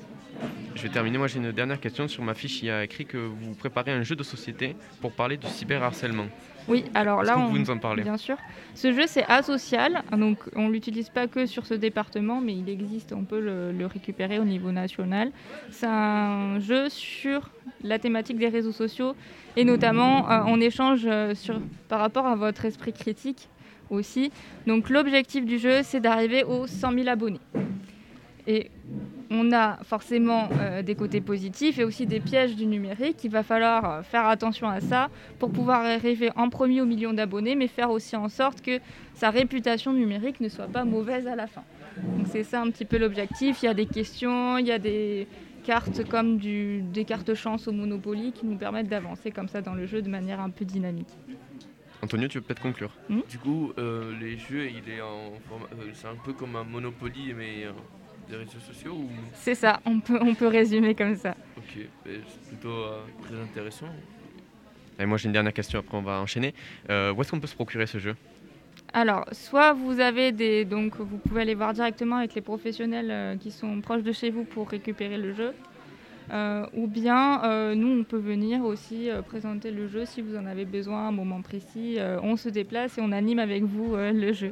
Je vais terminer, moi j'ai une dernière question. Sur ma fiche, il y a écrit que vous préparez un jeu de société pour parler du cyberharcèlement.
Oui, alors là,
Est-ce que vous
on...
pouvez nous en parler?
Bien sûr. Ce jeu, c'est asocial, donc on ne l'utilise pas que sur ce département, mais il existe, on peut le, le récupérer au niveau national. C'est un jeu sur la thématique des réseaux sociaux, et notamment, euh, on échange euh, sur, par rapport à votre esprit critique aussi. Donc l'objectif du jeu, c'est d'arriver aux cent mille abonnés. Et on a forcément euh, des côtés positifs et aussi des pièges du numérique. Il va falloir euh, faire attention à ça pour pouvoir arriver en premier au million d'abonnés, mais faire aussi en sorte que sa réputation numérique ne soit pas mauvaise à la fin. Donc c'est ça un petit peu l'objectif. Il y a des questions, il y a des cartes comme du, des cartes chance au Monopoly qui nous permettent d'avancer comme ça dans le jeu de manière un peu dynamique.
Antonio, tu veux peut-être conclure?
Mmh.
Du coup, euh, les jeux, il est en forme, euh, c'est un peu comme un Monopoly, mais euh, des réseaux sociaux ou...
C'est ça, on peut, on peut résumer comme ça.
Ok, c'est plutôt euh, très intéressant.
Et moi j'ai une dernière question, après on va enchaîner. Euh, où est-ce qu'on peut se procurer ce jeu?
Alors, soit vous avez des... Donc vous pouvez aller voir directement avec les professionnels euh, qui sont proches de chez vous pour récupérer le jeu. Euh, ou bien, euh, nous, on peut venir aussi euh, présenter le jeu si vous en avez besoin à un moment précis. Euh, on se déplace et on anime avec vous euh, le jeu.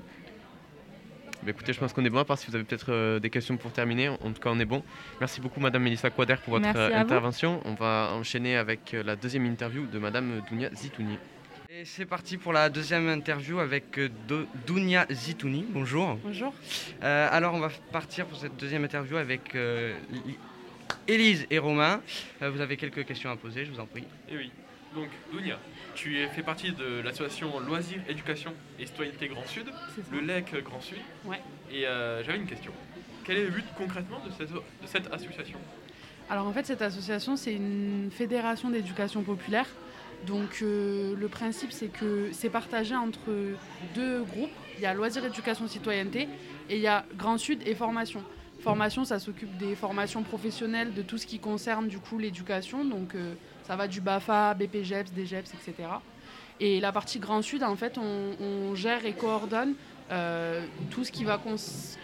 Bah écoutez, je pense qu'on est bon, à part si vous avez peut-être euh, des questions pour terminer. En tout cas, on est bon. Merci beaucoup, Madame Mélissa Quader, pour votre euh, intervention. On va enchaîner avec euh, la deuxième interview de Madame Dounia Zitouni.
Et c'est parti pour la deuxième interview avec euh, Dounia Zitouni. Bonjour.
Bonjour.
Euh, alors, on va partir pour cette deuxième interview avec euh, Élise et Romain. Euh, vous avez quelques questions à poser, je vous en prie.
Et oui. Donc, Dounia, tu es- fais partie de l'association Loisirs, Éducation et Citoyenneté Grand Sud,
C'est ça.
le L E C Grand Sud.
Ouais.
Et euh, j'avais une question. Quel est le but concrètement de cette, de cette association?
Alors en fait, cette association, c'est une fédération d'éducation populaire. Donc euh, le principe, c'est que c'est partagé entre deux groupes. Il y a Loisirs, Éducation, Citoyenneté et il y a Grand Sud et Formation. Formation, ça s'occupe des formations professionnelles, de tout ce qui concerne du coup l'éducation. Donc euh, ça va du BAFA, B P G E P S, D G E P S, et cetera. Et la partie Grand Sud, en fait, on, on gère et coordonne euh, tout ce qui va cons-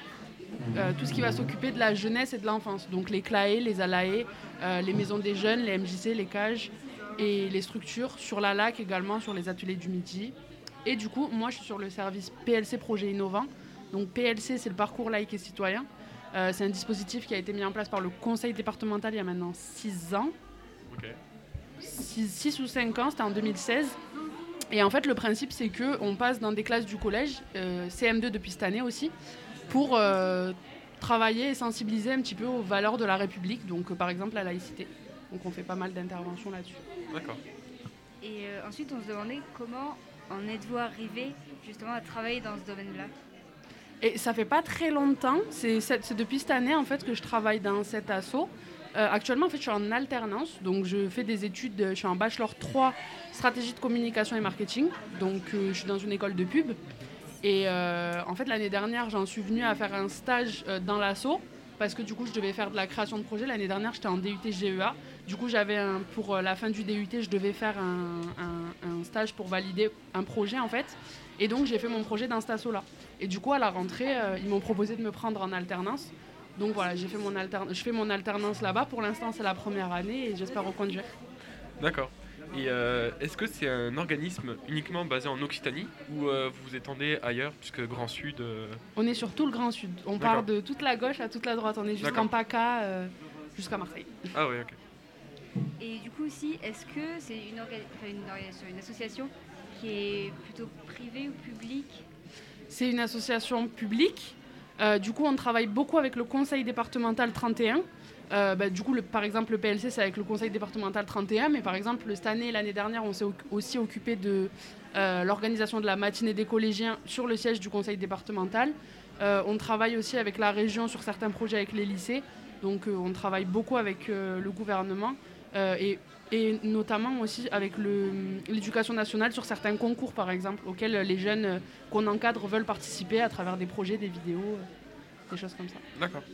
euh, tout ce qui va s'occuper de la jeunesse et de l'enfance. Donc les C L A E, les A L A E, euh, les maisons des jeunes, les M J C, les cages et les structures. Sur la L A C également, sur les ateliers du midi. Et du coup, moi, je suis sur le service P L C Projet Innovant. Donc P L C, c'est le parcours laïque et citoyen. Euh, c'est un dispositif qui a été mis en place par le conseil départemental il y a maintenant six ans.
Ok.
six ou cinq ans, c'était en deux mille seize. Et en fait, le principe, c'est qu'on passe dans des classes du collège, euh, C M deux depuis cette année aussi, pour euh, travailler et sensibiliser un petit peu aux valeurs de la République, donc euh, par exemple la laïcité. Donc on fait pas mal d'interventions là-dessus.
D'accord.
Et euh, ensuite, on se demandait comment en êtes-vous arrivé justement à travailler dans ce domaine-là?
Et ça fait pas très longtemps, c'est, c'est, c'est depuis cette année en fait que je travaille dans cet asso. Euh, actuellement, en fait, je suis en alternance, donc je fais des études, je suis en bachelor trois, stratégie de communication et marketing, donc euh, je suis dans une école de pub. Et euh, en fait, l'année dernière, j'en suis venue à faire un stage euh, dans l'asso, parce que du coup, je devais faire de la création de projet. L'année dernière, j'étais en D U T G E A. Du coup, j'avais un, pour euh, la fin du D U T, je devais faire un, un, un stage pour valider un projet, en fait. Et donc, j'ai fait mon projet dans cet asso-là. Et du coup, à la rentrée, euh, ils m'ont proposé de me prendre en alternance. Donc voilà, j'ai fait mon altern- je fais mon alternance là-bas. Pour l'instant, c'est la première année et j'espère reconduire.
D'accord. Et euh, est-ce que c'est un organisme uniquement basé en Occitanie ou euh, vous vous étendez ailleurs, puisque Grand Sud euh,
On est sur tout le Grand Sud. On
D'accord.
part de toute la gauche à toute la droite. On est jusqu'en
D'accord.
PACA, euh, jusqu'à Marseille.
Ah oui, ok.
Et du coup aussi, est-ce que c'est une, orga- enfin, une organisation, une association qui est plutôt privée ou publique?
C'est une association publique. Euh, du coup, on travaille beaucoup avec le conseil départemental trente et un. Euh, bah, du coup, le, par exemple, le P L C, c'est avec le conseil départemental trente et un. Mais par exemple, cette année et l'année dernière, on s'est o- aussi occupé de euh, l'organisation de la matinée des collégiens sur le siège du conseil départemental. Euh, on travaille aussi avec la région sur certains projets avec les lycées. Donc, euh, on travaille beaucoup avec euh, le gouvernement euh, et, et notamment aussi avec le, l'éducation nationale sur certains concours, par exemple, auxquels les jeunes euh, qu'on encadre veulent participer à travers des projets, des vidéos, euh, des choses comme ça.
D'accord.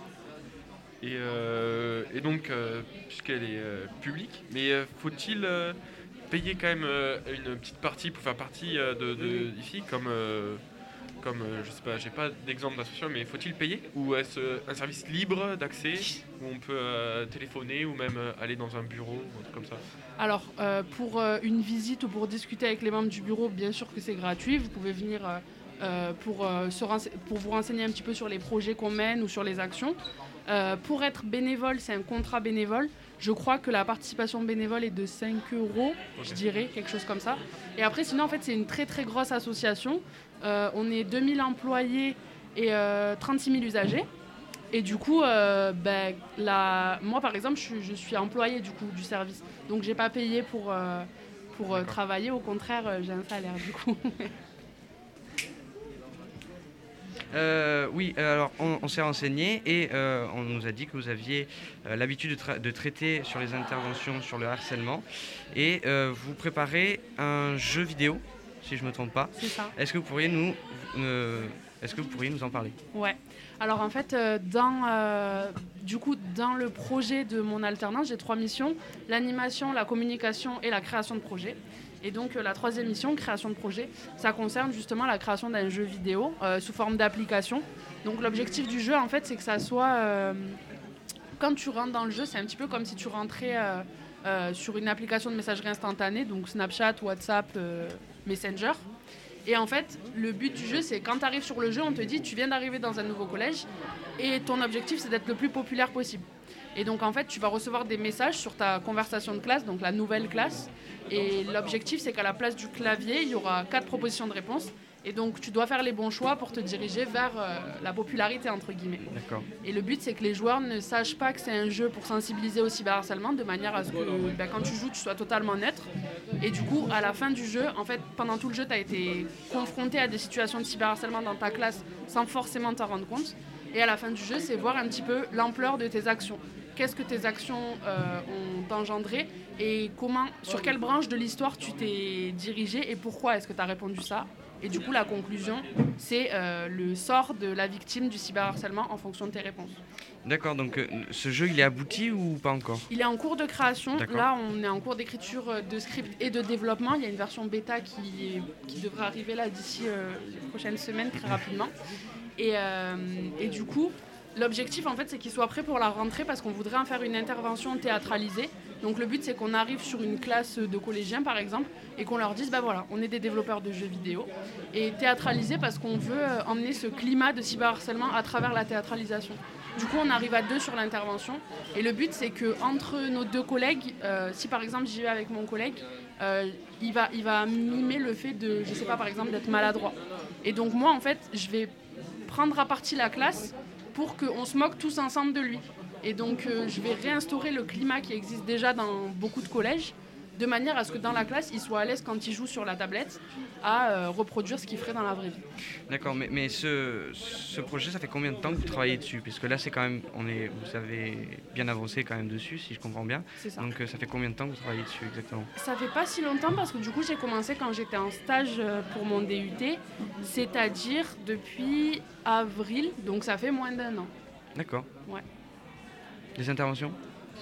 Et, euh, et donc, euh, puisqu'elle est euh, publique, mais euh, faut-il euh, payer quand même euh, une petite partie pour faire partie euh, de, de ici, comme, euh, comme euh, je sais pas, j'ai pas d'exemple d'association, mais faut-il payer? Ou est-ce euh, un service libre d'accès où on peut euh, téléphoner ou même euh, aller dans un bureau ou un truc comme ça?
Alors, euh, pour euh, une visite ou pour discuter avec les membres du bureau, bien sûr que c'est gratuit. Vous pouvez venir euh, euh, pour, euh, se rense- pour vous renseigner un petit peu sur les projets qu'on mène ou sur les actions. Euh, pour être bénévole, c'est un contrat bénévole. Je crois que la participation bénévole est de cinq euros, je dirais, quelque chose comme ça. Et après, sinon, en fait, c'est une très très grosse association. Euh, on est deux mille employés et euh, trente-six mille usagers. Et du coup, euh, ben, la... moi, par exemple, je suis, je suis employée du coup, du service. Donc, j'ai pas payé pour, euh, pour euh, travailler. Au contraire, euh, j'ai un salaire du coup.
Euh, oui, alors on, on s'est renseigné et euh, on nous a dit que vous aviez euh, l'habitude de, tra- de traiter sur les interventions sur le harcèlement et euh, vous préparez un jeu vidéo, si je ne me trompe pas.
C'est ça.
Est-ce que vous pourriez nous, euh, est-ce que vous pourriez nous en parler?
Ouais. Alors en fait, euh, dans, euh, du coup, dans le projet de mon alternance, j'ai trois missions, l'animation, la communication et la création de projet. Et donc euh, la troisième mission, création de projet, ça concerne justement la création d'un jeu vidéo euh, sous forme d'application. Donc l'objectif du jeu, en fait, c'est que ça soit... euh, quand tu rentres dans le jeu, c'est un petit peu comme si tu rentrais euh, euh, sur une application de messagerie instantanée, donc Snapchat, WhatsApp, euh, Messenger. Et en fait, le but du jeu, c'est quand tu arrives sur le jeu, on te dit tu viens d'arriver dans un nouveau collège et ton objectif, c'est d'être le plus populaire possible. Et donc, en fait, tu vas recevoir des messages sur ta conversation de classe, donc la nouvelle classe. Et l'objectif, c'est qu'à la place du clavier, il y aura quatre propositions de réponse. Et donc tu dois faire les bons choix pour te diriger vers euh, la popularité entre guillemets.
D'accord.
Et le but c'est que les joueurs ne sachent pas que c'est un jeu pour sensibiliser au cyberharcèlement de manière à ce que bah, quand tu joues tu sois totalement neutre. Et du coup à la fin du jeu, en fait pendant tout le jeu tu as été confronté à des situations de cyberharcèlement dans ta classe sans forcément t'en rendre compte. Et à la fin du jeu c'est voir un petit peu l'ampleur de tes actions. Qu'est-ce que tes actions euh, ont engendré et comment, sur quelle branche de l'histoire tu t'es dirigé et pourquoi est-ce que tu as répondu ça. Et du coup, la conclusion, c'est euh, le sort de la victime du cyberharcèlement en fonction de tes réponses.
D'accord, donc euh, ce jeu, il est abouti ou pas encore ?
Il est en cours de création.
D'accord.
Là, on est en cours d'écriture de script et de développement. Il y a une version bêta qui, est, qui devrait arriver là d'ici euh, les prochaines semaines, très rapidement. Et, euh, et du coup, l'objectif, en fait, c'est qu'il soit prêt pour la rentrée parce qu'on voudrait en faire une intervention théâtralisée. Donc le but, c'est qu'on arrive sur une classe de collégiens, par exemple, et qu'on leur dise, bah voilà, on est des développeurs de jeux vidéo. Et théâtraliser parce qu'on veut emmener ce climat de cyberharcèlement à travers la théâtralisation. Du coup, on arrive à deux sur l'intervention. Et le but, c'est qu'entre nos deux collègues, euh, si par exemple j'y vais avec mon collègue, euh, il, va, il va mimer le fait de, je sais pas, par exemple, d'être maladroit. Et donc moi, en fait, je vais prendre à partie la classe pour qu'on se moque tous ensemble de lui. Et donc euh, je vais réinstaurer le climat qui existe déjà dans beaucoup de collèges, de manière à ce que dans la classe, il soit à l'aise quand il joue sur la tablette à euh, reproduire ce qu'il ferait dans la vraie vie.
D'accord, mais, mais ce, ce projet, ça fait combien de temps que vous travaillez dessus ? Parce que là, c'est quand même, on est, vous avez bien avancé quand même dessus, si je comprends bien.
C'est ça.
Donc euh, ça fait combien de temps que vous travaillez dessus exactement ?
Ça fait pas si longtemps parce que du coup, j'ai commencé quand j'étais en stage euh, pour mon D U T, c'est-à-dire depuis avril, donc ça fait moins d'un an.
D'accord.
Ouais.
Des interventions ?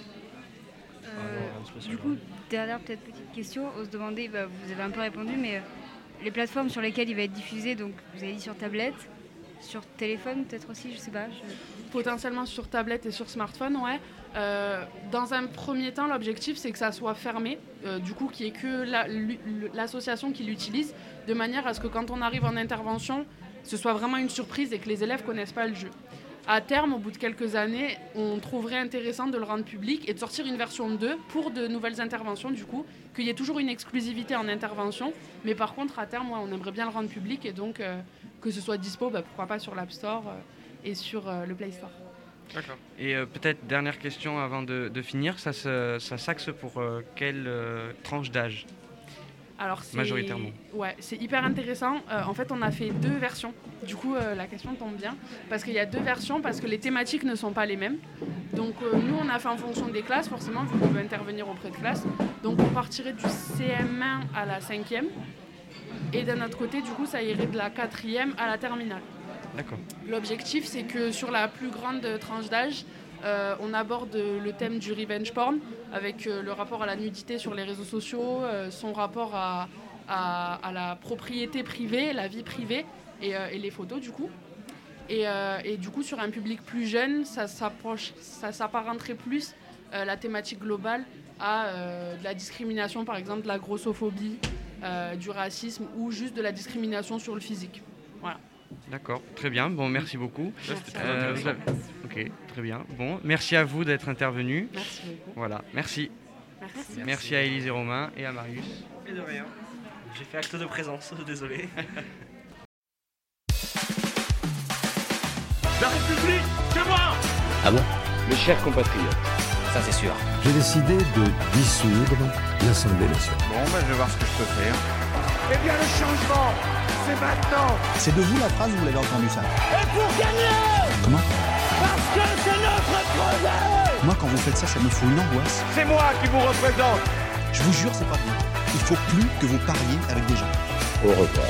Euh, du coup, dernière peut-être petite question, on se demandait, bah, vous avez un peu répondu, mais euh, les plateformes sur lesquelles il va être diffusé, donc vous avez dit sur tablette, sur téléphone peut-être aussi, je sais pas. Je...
Potentiellement sur tablette et sur smartphone, ouais. Euh, dans un premier temps, l'objectif c'est que ça soit fermé, euh, du coup qu'il n'y ait que la, l'association qui l'utilise, de manière à ce que quand on arrive en intervention, ce soit vraiment une surprise et que les élèves ne connaissent pas le jeu. À terme, au bout de quelques années, on trouverait intéressant de le rendre public et de sortir une version deux pour de nouvelles interventions, du coup, qu'il y ait toujours une exclusivité en intervention. Mais par contre, à terme, ouais, on aimerait bien le rendre public et donc euh, que ce soit dispo, bah, pourquoi pas sur l'App Store euh, et sur euh, le Play Store.
D'accord. Et euh, peut-être dernière question avant de, de finir, ça, se, ça s'axe pour euh, quelle euh, tranche d'âge ?
Alors c'est,
majoritairement.
Ouais, c'est hyper intéressant. Euh, en fait, on a fait deux versions. Du coup, euh, la question tombe bien. Parce qu'il y a deux versions, parce que les thématiques ne sont pas les mêmes. Donc, euh, nous, on a fait en fonction des classes, forcément, vu qu'on veut intervenir auprès de classes. Donc, on partirait du C M un à la cinquième. Et d'un autre côté, du coup, ça irait de la quatrième à la terminale.
D'accord.
L'objectif, c'est que sur la plus grande tranche d'âge, Euh, on aborde le thème du revenge porn avec euh, le rapport à la nudité sur les réseaux sociaux, euh, son rapport à, à, à la propriété privée, la vie privée et, euh, et les photos du coup. Et, euh, et du coup sur un public plus jeune, ça, s'approche, ça s'apparenterait plus euh, la thématique globale à euh, de la discrimination, par exemple de la grossophobie, euh, du racisme ou juste de la discrimination sur le physique. Voilà.
D'accord, très bien. Bon, merci beaucoup.
Ouais, c'était très
Euh,
intéressant.
vous avez- Ok, très bien. Bon, merci à vous d'être intervenus.
Merci beaucoup.
Voilà, merci.
Merci.
Merci à Élise et Romain et à Marius.
Et de rien. J'ai fait acte de présence, désolé.
La République, c'est moi!
Ah bon? Mes chers compatriotes, ça c'est sûr.
J'ai décidé de dissoudre l'Assemblée nationale.
Bon, ben, je vais voir ce que je peux faire.
Eh bien, le changement, c'est maintenant!
C'est de vous la phrase, vous l'avez entendu ça?
Et pour gagner!
Comment?
Parce que c'est notre projet!
Moi, quand vous faites ça, ça me fout une angoisse.
C'est moi qui vous représente!
Je vous jure, c'est pas bien. Il faut plus que vous parliez avec des gens.
Au revoir.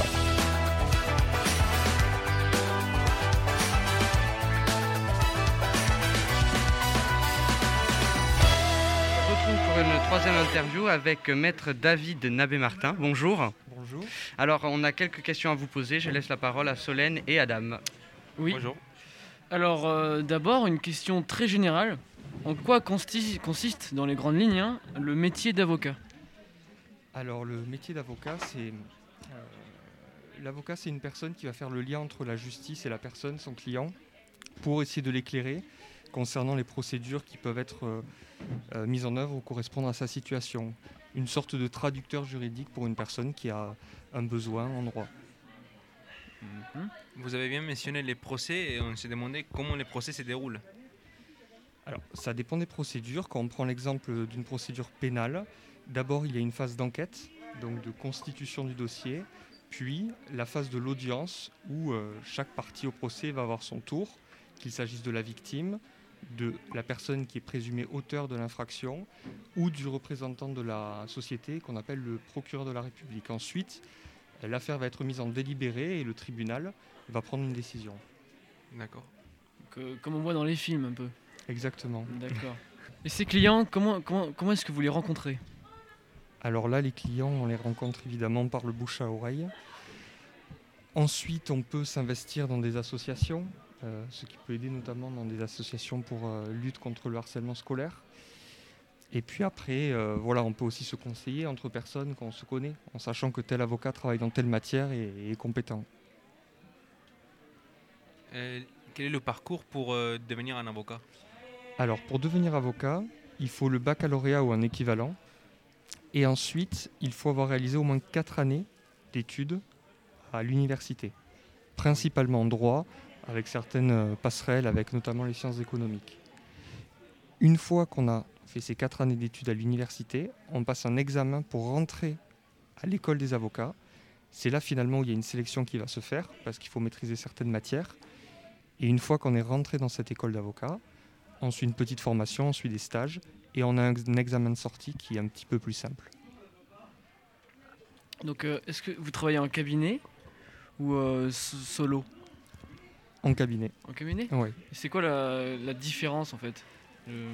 On se retrouve pour une troisième interview avec Maître David Nabé-Martin. Bonjour.
Bonjour.
Alors, on a quelques questions à vous poser. Je laisse la parole à Solène et Adam.
Oui.
Bonjour.
Alors, euh, d'abord, une question très générale. En quoi consti- consiste, dans les grandes lignes, hein, le métier d'avocat?
Alors, le métier d'avocat, c'est... euh, l'avocat, c'est une personne qui va faire le lien entre la justice et la personne, son client, pour essayer de l'éclairer concernant les procédures qui peuvent être euh, euh, mises en œuvre ou correspondre à sa situation. Une sorte de traducteur juridique pour une personne qui a un besoin en droit.
Mhm.
Vous avez bien mentionné les procès et on s'est demandé comment les procès se déroulent.
Alors, ça dépend des procédures. Quand on prend l'exemple d'une procédure pénale, d'abord il y a une phase d'enquête, donc de constitution du dossier, puis la phase de l'audience où euh, chaque partie au procès va avoir son tour, qu'il s'agisse de la victime, de la personne qui est présumée auteur de l'infraction ou du représentant de la société qu'on appelle le procureur de la République. Ensuite, l'affaire va être mise en délibéré et le tribunal va prendre une décision.
D'accord.
Que- comme on voit dans les films un peu.
Exactement.
D'accord. Et ces clients, comment, comment, comment est-ce que vous les rencontrez?
Alors là, les clients, on les rencontre évidemment par le bouche à oreille. Ensuite, on peut s'investir dans des associations, euh, ce qui peut aider notamment dans des associations pour euh, lutte contre le harcèlement scolaire. Et puis après, euh, voilà, on peut aussi se conseiller entre personnes qu'on se connaît, en sachant que tel avocat travaille dans telle matière et, et est compétent.
Euh, quel est le parcours pour euh, devenir un avocat?
Alors, pour devenir avocat, il faut le baccalauréat ou un équivalent. Et ensuite, il faut avoir réalisé au moins quatre années d'études à l'université, principalement en droit, avec certaines euh, passerelles, avec notamment les sciences économiques. Une fois qu'on a fait ces quatre années d'études à l'université, on passe un examen pour rentrer à l'école des avocats. C'est là finalement où il y a une sélection qui va se faire, parce qu'il faut maîtriser certaines matières. Et une fois qu'on est rentré dans cette école d'avocats, on suit une petite formation, on suit des stages, et on a un, un examen de sortie qui est un petit peu plus simple.
Donc, euh, est-ce que vous travaillez en cabinet ou euh, so- solo?
En cabinet.
En cabinet?
Oui.
Et c'est quoi la, la différence en fait? Je-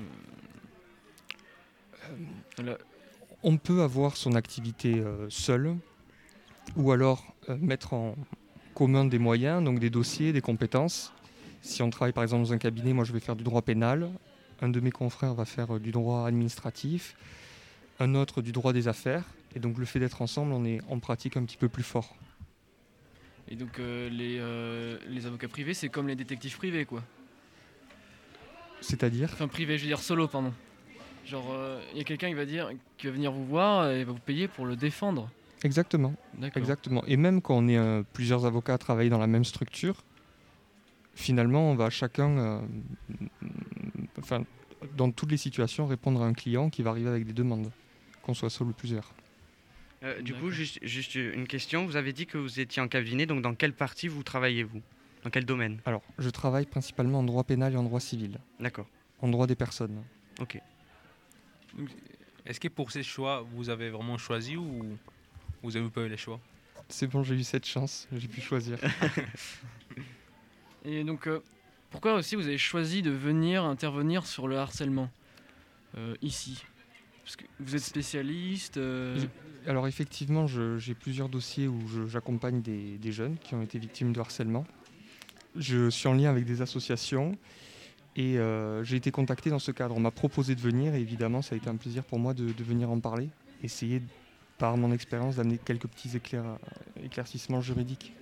La-
On peut avoir son activité euh, seul, ou alors euh, mettre en commun des moyens, donc des dossiers, des compétences. Si on travaille par exemple dans un cabinet, moi je vais faire du droit pénal, un de mes confrères va faire euh, du droit administratif, un autre du droit des affaires, et donc le fait d'être ensemble, on est en pratique un petit peu plus fort.
Et donc euh, les, euh, les avocats privés, c'est comme les détectives privés quoi.
C'est-à-dire?
Enfin privés, je veux dire solo, pardon. Genre, il y a quelqu'un qui va dire, qui va venir vous voir et va vous payer pour le défendre.
Exactement.
D'accord.
Exactement. Et même quand on est euh, plusieurs avocats à travailler dans la même structure, finalement, on va chacun, euh, enfin, dans toutes les situations, répondre à un client qui va arriver avec des demandes, qu'on soit seul ou plusieurs.
Euh, du coup, juste, juste une question. Vous avez dit que vous étiez en cabinet, donc dans quelle partie vous travaillez-vous? Dans quel domaine?
Alors, je travaille principalement en droit pénal et en droit civil.
D'accord.
En droit des personnes.
Ok.
Est-ce que pour ces choix, vous avez vraiment choisi ou vous avez pas eu les choix?
C'est bon, j'ai eu cette chance, j'ai pu choisir.
Et donc, euh, pourquoi aussi vous avez choisi de venir intervenir sur le harcèlement euh, ici? Parce que vous êtes spécialiste. euh,
J'ai- Alors effectivement, je- j'ai plusieurs dossiers où je- j'accompagne des, des jeunes qui ont été victimes de harcèlement. Je suis en lien avec des associations et euh, j'ai été contacté dans ce cadre. On m'a proposé de venir et évidemment, ça a été un plaisir pour moi de, de venir en parler, essayer de- par mon expérience d'amener quelques petits éclair- éclaircissements juridiques.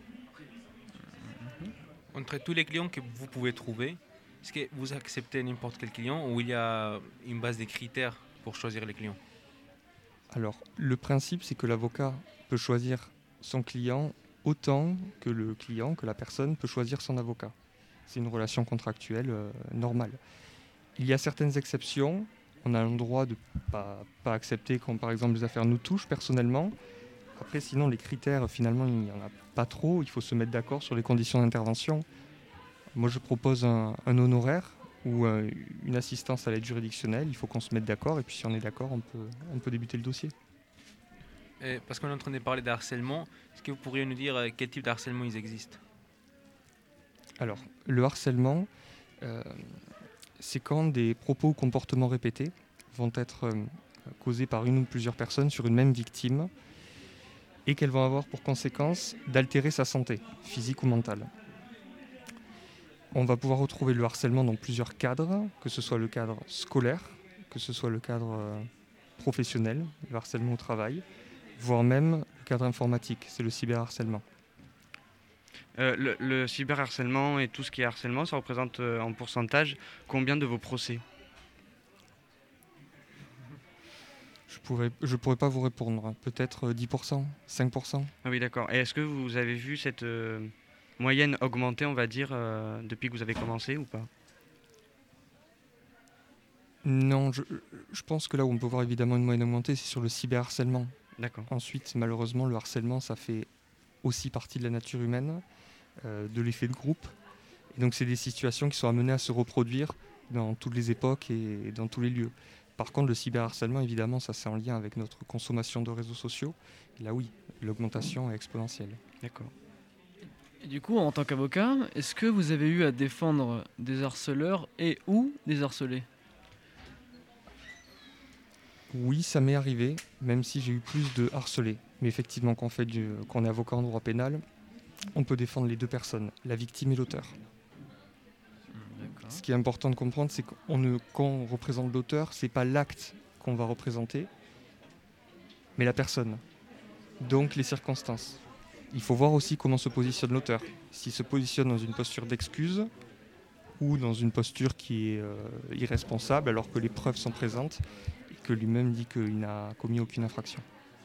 Entre tous les clients que vous pouvez trouver, est-ce que vous acceptez n'importe quel client ou il y a une base de critères pour choisir les clients?
Alors, le principe, c'est que l'avocat peut choisir son client autant que le client, que la personne peut choisir son avocat. C'est une relation contractuelle euh, normale. Il y a certaines exceptions. On a le droit de ne pas, pas accepter quand, par exemple, les affaires nous touchent personnellement. Après, sinon, les critères, finalement, il n'y en a pas trop. Il faut se mettre d'accord sur les conditions d'intervention. Moi, je propose un, un honoraire ou euh, une assistance à l'aide juridictionnelle. Il faut qu'on se mette d'accord. Et puis, si on est d'accord, on peut, on peut débuter le dossier.
Et parce qu'on est en train de parler de harcèlement, est-ce que vous pourriez nous dire euh, quel type de harcèlement il existe?
Alors, le harcèlement, euh, c'est quand des propos ou comportements répétés vont être euh, causés par une ou plusieurs personnes sur une même victime et qu'elles vont avoir pour conséquence d'altérer sa santé, physique ou mentale. On va pouvoir retrouver le harcèlement dans plusieurs cadres, que ce soit le cadre scolaire, que ce soit le cadre euh, professionnel, le harcèlement au travail, voire même le cadre informatique, c'est le cyberharcèlement.
Euh, le, le cyberharcèlement et tout ce qui est harcèlement, ça représente euh, en pourcentage combien de vos procès?
Je pourrais, je pourrais pas vous répondre. Peut-être dix pour cent, cinq pour cent.
Ah oui, d'accord. Et est-ce que vous avez vu cette, euh, moyenne augmenté, on va dire, euh, depuis que vous avez commencé ou pas?
Non, je, je pense que là où on peut voir évidemment une moyenne augmentée, c'est sur le cyberharcèlement.
D'accord.
Ensuite, malheureusement, le harcèlement, ça fait aussi partie de la nature humaine, euh, de l'effet de groupe. Et donc, c'est des situations qui sont amenées à se reproduire dans toutes les époques et dans tous les lieux. Par contre, le cyberharcèlement, évidemment, ça c'est en lien avec notre consommation de réseaux sociaux. Et là, oui, l'augmentation est exponentielle.
D'accord.
Et du coup, en tant qu'avocat, est-ce que vous avez eu à défendre des harceleurs et ou des harcelés?
Oui, ça m'est arrivé, même si j'ai eu plus de harcelés. Mais effectivement, quand on, fait du, quand on est avocat en droit pénal, on peut défendre les deux personnes, la victime et l'auteur. Ce qui est important de comprendre, c'est qu'on ne, quand on représente l'auteur, c'est pas l'acte qu'on va représenter, mais la personne. Donc les circonstances. Il faut voir aussi comment se positionne l'auteur. S'il se positionne dans une posture d'excuse ou dans une posture qui est euh, irresponsable alors que les preuves sont présentes et que lui-même dit qu'il n'a commis aucune infraction.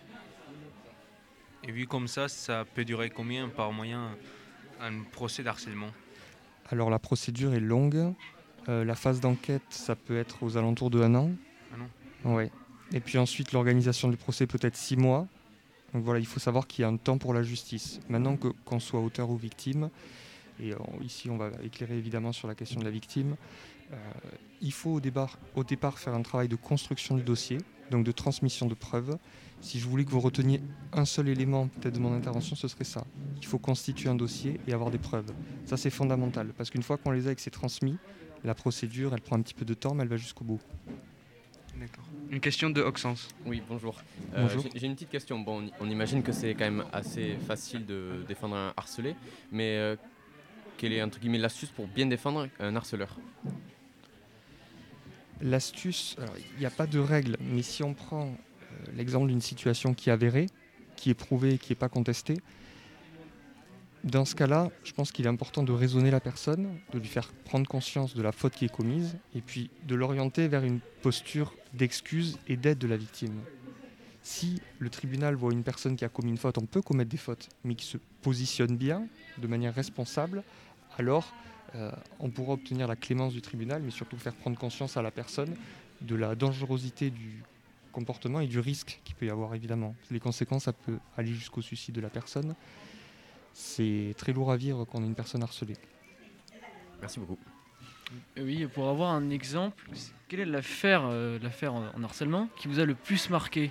Et vu comme ça, ça peut durer combien par moyen un procès d'harcèlement?
Alors la procédure est longue. Euh, la phase d'enquête, ça peut être aux alentours de un an.
Un an.
Ouais. Et puis ensuite, l'organisation du procès peut être six mois. Donc voilà, il faut savoir qu'il y a un temps pour la justice. Maintenant que, qu'on soit auteur ou victime, et euh, ici on va éclairer évidemment sur la question de la victime, euh, il faut au départ, au départ faire un travail de construction du dossier, donc de transmission de preuves. Si je voulais que vous reteniez un seul élément peut-être de mon intervention, ce serait ça. Il faut constituer un dossier et avoir des preuves. Ça c'est fondamental, parce qu'une fois qu'on les a et que c'est transmis, la procédure elle prend un petit peu de temps, mais elle va jusqu'au bout.
D'accord. Une question de Auxence.
Oui, bonjour. Euh,
Bonjour.
j'ai- J'ai une petite question. Bon, on, on imagine que c'est quand même assez facile de défendre un harcelé, mais euh, quelle est entre guillemets l'astuce pour bien défendre un harceleur?
L'astuce, alors, il n'y a pas de règle, mais si on prend euh, l'exemple d'une situation qui est avérée, qui est prouvée, qui n'est pas contestée, dans ce cas-là, je pense qu'il est important de raisonner la personne, de lui faire prendre conscience de la faute qui est commise, et puis de l'orienter vers une posture d'excuse et d'aide de la victime. Si le tribunal voit une personne qui a commis une faute, on peut commettre des fautes, mais qui se positionne bien, de manière responsable, alors euh, on pourra obtenir la clémence du tribunal, mais surtout faire prendre conscience à la personne de la dangerosité du comportement et du risque qu'il peut y avoir, évidemment. Les conséquences, ça peut aller jusqu'au suicide de la personne. C'est très lourd à vivre quand on est une personne harcelée.
Merci beaucoup.
Euh, Oui, pour avoir un exemple, c'est- quelle est l'affaire, euh, l'affaire en, en harcèlement qui vous a le plus marqué?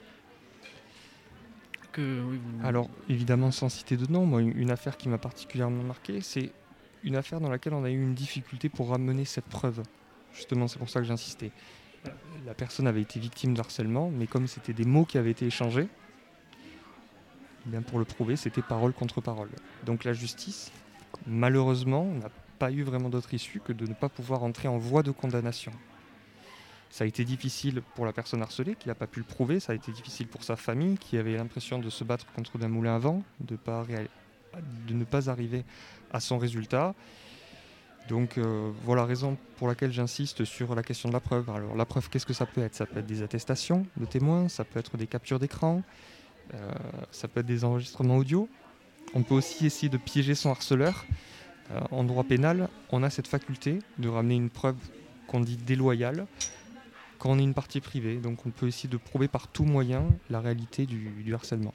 Que, oui, vous-
Alors, évidemment, sans citer de nom, moi, une une affaire qui m'a particulièrement marqué, c'est une affaire dans laquelle on a eu une difficulté pour ramener cette preuve. Justement, c'est pour ça que j'insistais. La personne avait été victime de harcèlement, mais comme c'était des mots qui avaient été échangés, eh bien pour le prouver, c'était parole contre parole. Donc la justice, malheureusement, n'a pas eu vraiment d'autre issue que de ne pas pouvoir entrer en voie de condamnation. Ça a été difficile pour la personne harcelée qui n'a pas pu le prouver, ça a été difficile pour sa famille qui avait l'impression de se battre contre d'un moulin à vent, de, pas réal- de ne pas arriver à son résultat. Donc euh, voilà la raison pour laquelle j'insiste sur la question de la preuve. Alors la preuve, qu'est-ce que ça peut être? Ça peut être des attestations de témoins, ça peut être des captures d'écran, euh, ça peut être des enregistrements audio. On peut aussi essayer de piéger son harceleur. Euh, en droit pénal, on a cette faculté de ramener une preuve qu'on dit déloyale quand on est une partie privée. Donc on peut essayer de prouver par tout moyen la réalité du, du harcèlement.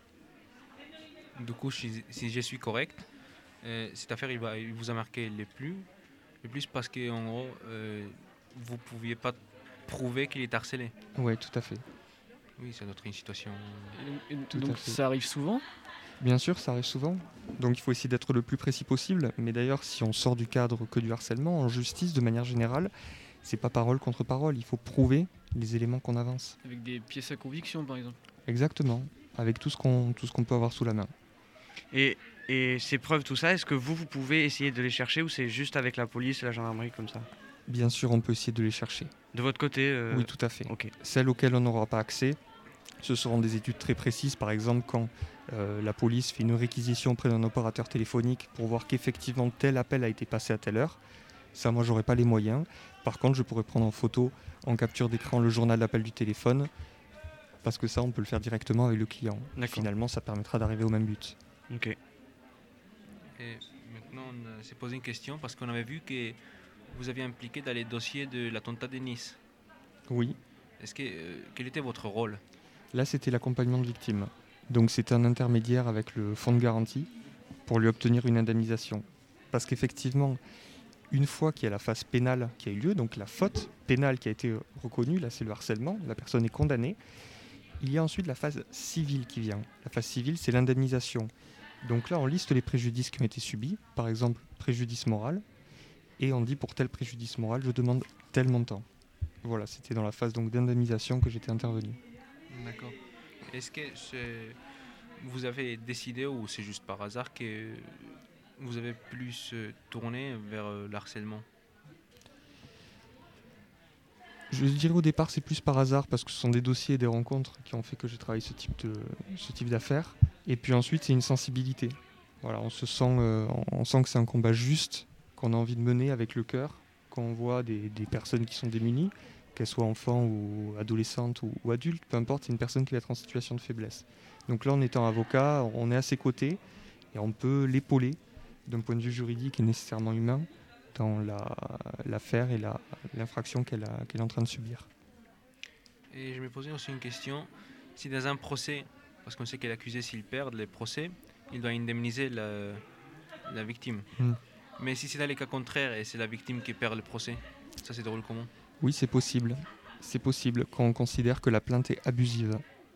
Du coup, si, si je suis correct, euh, cette affaire il, va, il vous a marqué le plus, le plus parce qu'en gros, euh, vous ne pouviez pas prouver qu'il est harcelé.
Oui, tout à fait.
Oui, ça doit être une situation.
Et- et
Tout à
donc
fait.
ça arrive souvent?
Bien sûr, ça arrive souvent. Donc il faut essayer d'être le plus précis possible. Mais d'ailleurs, si on sort du cadre que du harcèlement, en justice, de manière générale, c'est pas parole contre parole. Il faut prouver les éléments qu'on avance.
Avec des pièces à conviction, par exemple.
Exactement. Avec tout ce qu'on tout ce qu'on peut avoir sous la main.
Et, et ces preuves, tout ça, est-ce que vous, vous pouvez essayer de les chercher ou c'est juste avec la police et la gendarmerie comme ça?
Bien sûr, on peut essayer de les chercher.
De votre côté euh,
Oui, tout à fait.
Ok.
Celles auxquelles on n'aura pas accès, ce seront des études très précises. Par exemple, quand euh, la police fait une réquisition auprès d'un opérateur téléphonique pour voir qu'effectivement tel appel a été passé à telle heure. Ça, moi, j'aurais pas les moyens. Par contre, je pourrais prendre en photo, en capture d'écran, le journal d'appel du téléphone, parce que ça, on peut le faire directement avec le client.
D'accord.
Finalement, ça permettra d'arriver au même but.
Ok.
Et maintenant, on s'est posé une question parce qu'on avait vu que vous aviez impliqué dans les dossiers de l'attentat de Nice.
Oui.
Est-ce que, euh, quel était votre rôle?
Là, c'était l'accompagnement de victimes. Donc, c'était un intermédiaire avec le fonds de garantie pour lui obtenir une indemnisation. Parce qu'effectivement, une fois qu'il y a la phase pénale qui a eu lieu, donc la faute pénale qui a été reconnue, là, c'est le harcèlement, la personne est condamnée, il y a ensuite la phase civile qui vient. La phase civile, c'est l'indemnisation. Donc là, on liste les préjudices qui ont été subis, par exemple, préjudice moral, et on dit pour tel préjudice moral, je demande tel montant. Voilà, c'était dans la phase donc, d'indemnisation que j'étais intervenu.
D'accord. Est-ce que c'est... vous avez décidé, ou c'est juste par hasard, que vous avez plus euh, tourné vers euh, le harcèlement?
Je dirais au départ, c'est plus par hasard, parce que ce sont des dossiers et des rencontres qui ont fait que j'ai travaillé ce type, de, ce type d'affaires. Et puis ensuite, c'est une sensibilité. Voilà, on se sent, euh, on sent que c'est un combat juste, qu'on a envie de mener avec le cœur, quand on voit des, des personnes qui sont démunies, qu'elles soient enfants ou adolescentes ou, ou adultes, peu importe, c'est une personne qui va être en situation de faiblesse. Donc là, en étant avocat, on est à ses côtés et on peut l'épauler d'un point de vue juridique et nécessairement humain dans la, l'affaire et la, l'infraction qu'elle, a, qu'elle est en train de subir.
Et je me posais aussi une question. Si dans un procès, parce qu'on sait que l'accusé, s'il perd les procès, il doit indemniser la, la victime. Mm. Mais si c'est dans les cas contraires et c'est la victime qui perd le procès, ça se déroule comment?
Oui, c'est possible. C'est possible quand on considère que la plainte est abusive.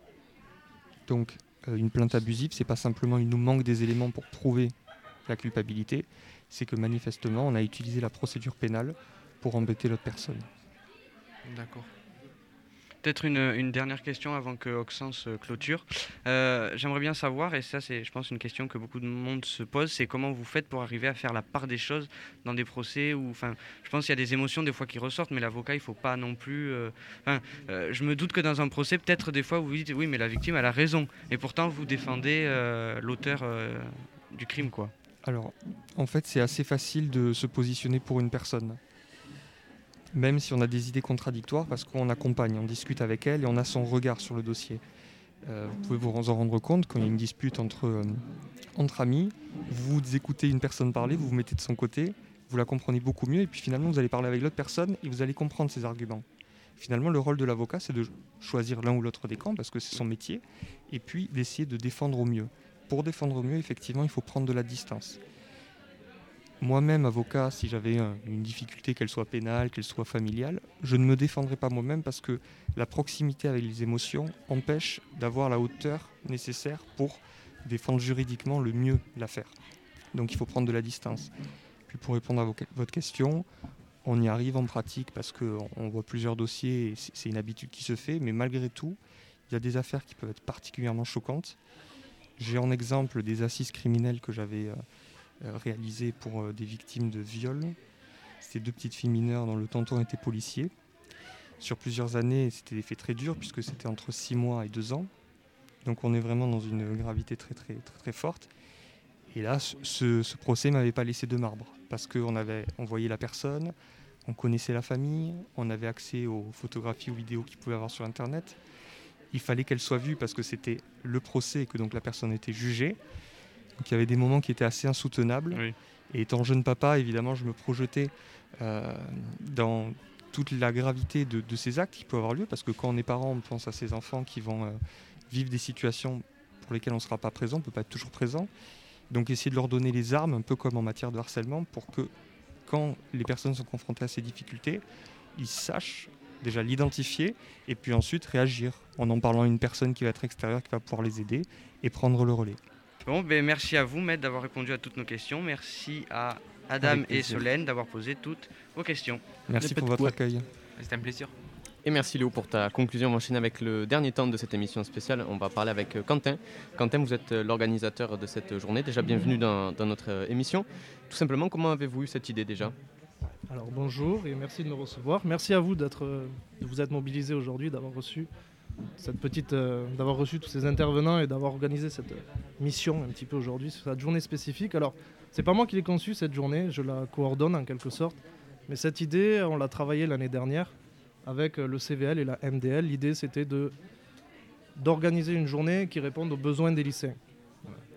Donc, euh, une plainte abusive, c'est pas simplement il nous manque des éléments pour prouver la culpabilité, c'est que manifestement, on a utilisé la procédure pénale pour embêter l'autre personne.
D'accord. Peut-être une, une dernière question avant que Auxence clôture. Euh, j'aimerais bien savoir, et ça c'est je pense une question que beaucoup de monde se pose, c'est comment vous faites pour arriver à faire la part des choses dans des procès où, enfin, je pense qu'il y a des émotions des fois qui ressortent, mais l'avocat il faut pas non plus. Euh, euh, je me doute que dans un procès, peut-être des fois vous dites oui mais la victime elle a raison, et pourtant vous défendez euh, l'auteur euh, du crime quoi.
Alors, en fait c'est assez facile de se positionner pour une personne. Même si on a des idées contradictoires, parce qu'on accompagne, on discute avec elle et on a son regard sur le dossier. Euh, vous pouvez vous en rendre compte quand il y a une dispute entre, euh, entre amis, vous écoutez une personne parler, vous vous mettez de son côté, vous la comprenez beaucoup mieux et puis finalement vous allez parler avec l'autre personne et vous allez comprendre ses arguments. Finalement, le rôle de l'avocat, c'est de choisir l'un ou l'autre des camps parce que c'est son métier et puis d'essayer de défendre au mieux. Pour défendre au mieux, effectivement, il faut prendre de la distance. Moi-même, avocat, si j'avais une difficulté, qu'elle soit pénale, qu'elle soit familiale, je ne me défendrais pas moi-même parce que la proximité avec les émotions empêche d'avoir la hauteur nécessaire pour défendre juridiquement le mieux l'affaire. Donc il faut prendre de la distance. Puis pour répondre à vos, votre question, on y arrive en pratique parce qu'on voit plusieurs dossiers et c'est une habitude qui se fait, mais malgré tout, il y a des affaires qui peuvent être particulièrement choquantes. J'ai en exemple des assises criminelles que j'avais... Euh, réalisé pour euh, des victimes de viol. C'était deux petites filles mineures dont le tonton était policier. Sur plusieurs années, c'était des faits très durs puisque c'était entre six mois et deux ans. Donc on est vraiment dans une gravité très très très, très forte. Et là, ce, ce procès ne m'avait pas laissé de marbre parce qu'on avait envoyé la personne, on connaissait la famille, on avait accès aux photographies ou vidéos qu'ils pouvaient avoir sur Internet. Il fallait qu'elle soit vue parce que c'était le procès et que donc la personne était jugée. Donc il y avait des moments qui étaient assez insoutenables. Oui. Et étant jeune papa, évidemment, je me projetais euh, dans toute la gravité de, de ces actes qui peuvent avoir lieu, parce que quand on est parent, on pense à ces enfants qui vont euh, vivre des situations pour lesquelles on ne sera pas présent, on ne peut pas être toujours présent. Donc essayer de leur donner les armes, un peu comme en matière de harcèlement, pour que quand les personnes sont confrontées à ces difficultés, ils sachent déjà l'identifier et puis ensuite réagir en en parlant à une personne qui va être extérieure, qui va pouvoir les aider et prendre le relais.
Bon, ben merci à vous, Maître, d'avoir répondu à toutes nos questions. Merci à Adam et Solène d'avoir posé toutes vos questions.
Merci pour votre quoi. accueil.
C'était un plaisir.
Et merci Léo pour ta conclusion. On va enchaîner avec le dernier temps de cette émission spéciale. On va parler avec Quentin. Quentin, vous êtes l'organisateur de cette journée. Déjà, bienvenue dans, dans notre émission. Tout simplement, comment avez-vous eu cette idée déjà ?
Alors bonjour et merci de nous recevoir. Merci à vous d'être, de vous être mobilisés aujourd'hui, d'avoir reçu cette petite, euh, d'avoir reçu tous ces intervenants et d'avoir organisé cette mission un petit peu aujourd'hui sur cette journée spécifique. Alors, c'est pas moi qui l'ai conçue cette journée, je la coordonne en quelque sorte, mais cette idée, on l'a travaillée l'année dernière avec le C V L et la M D L. L'idée, c'était de, d'organiser une journée qui réponde aux besoins des lycéens.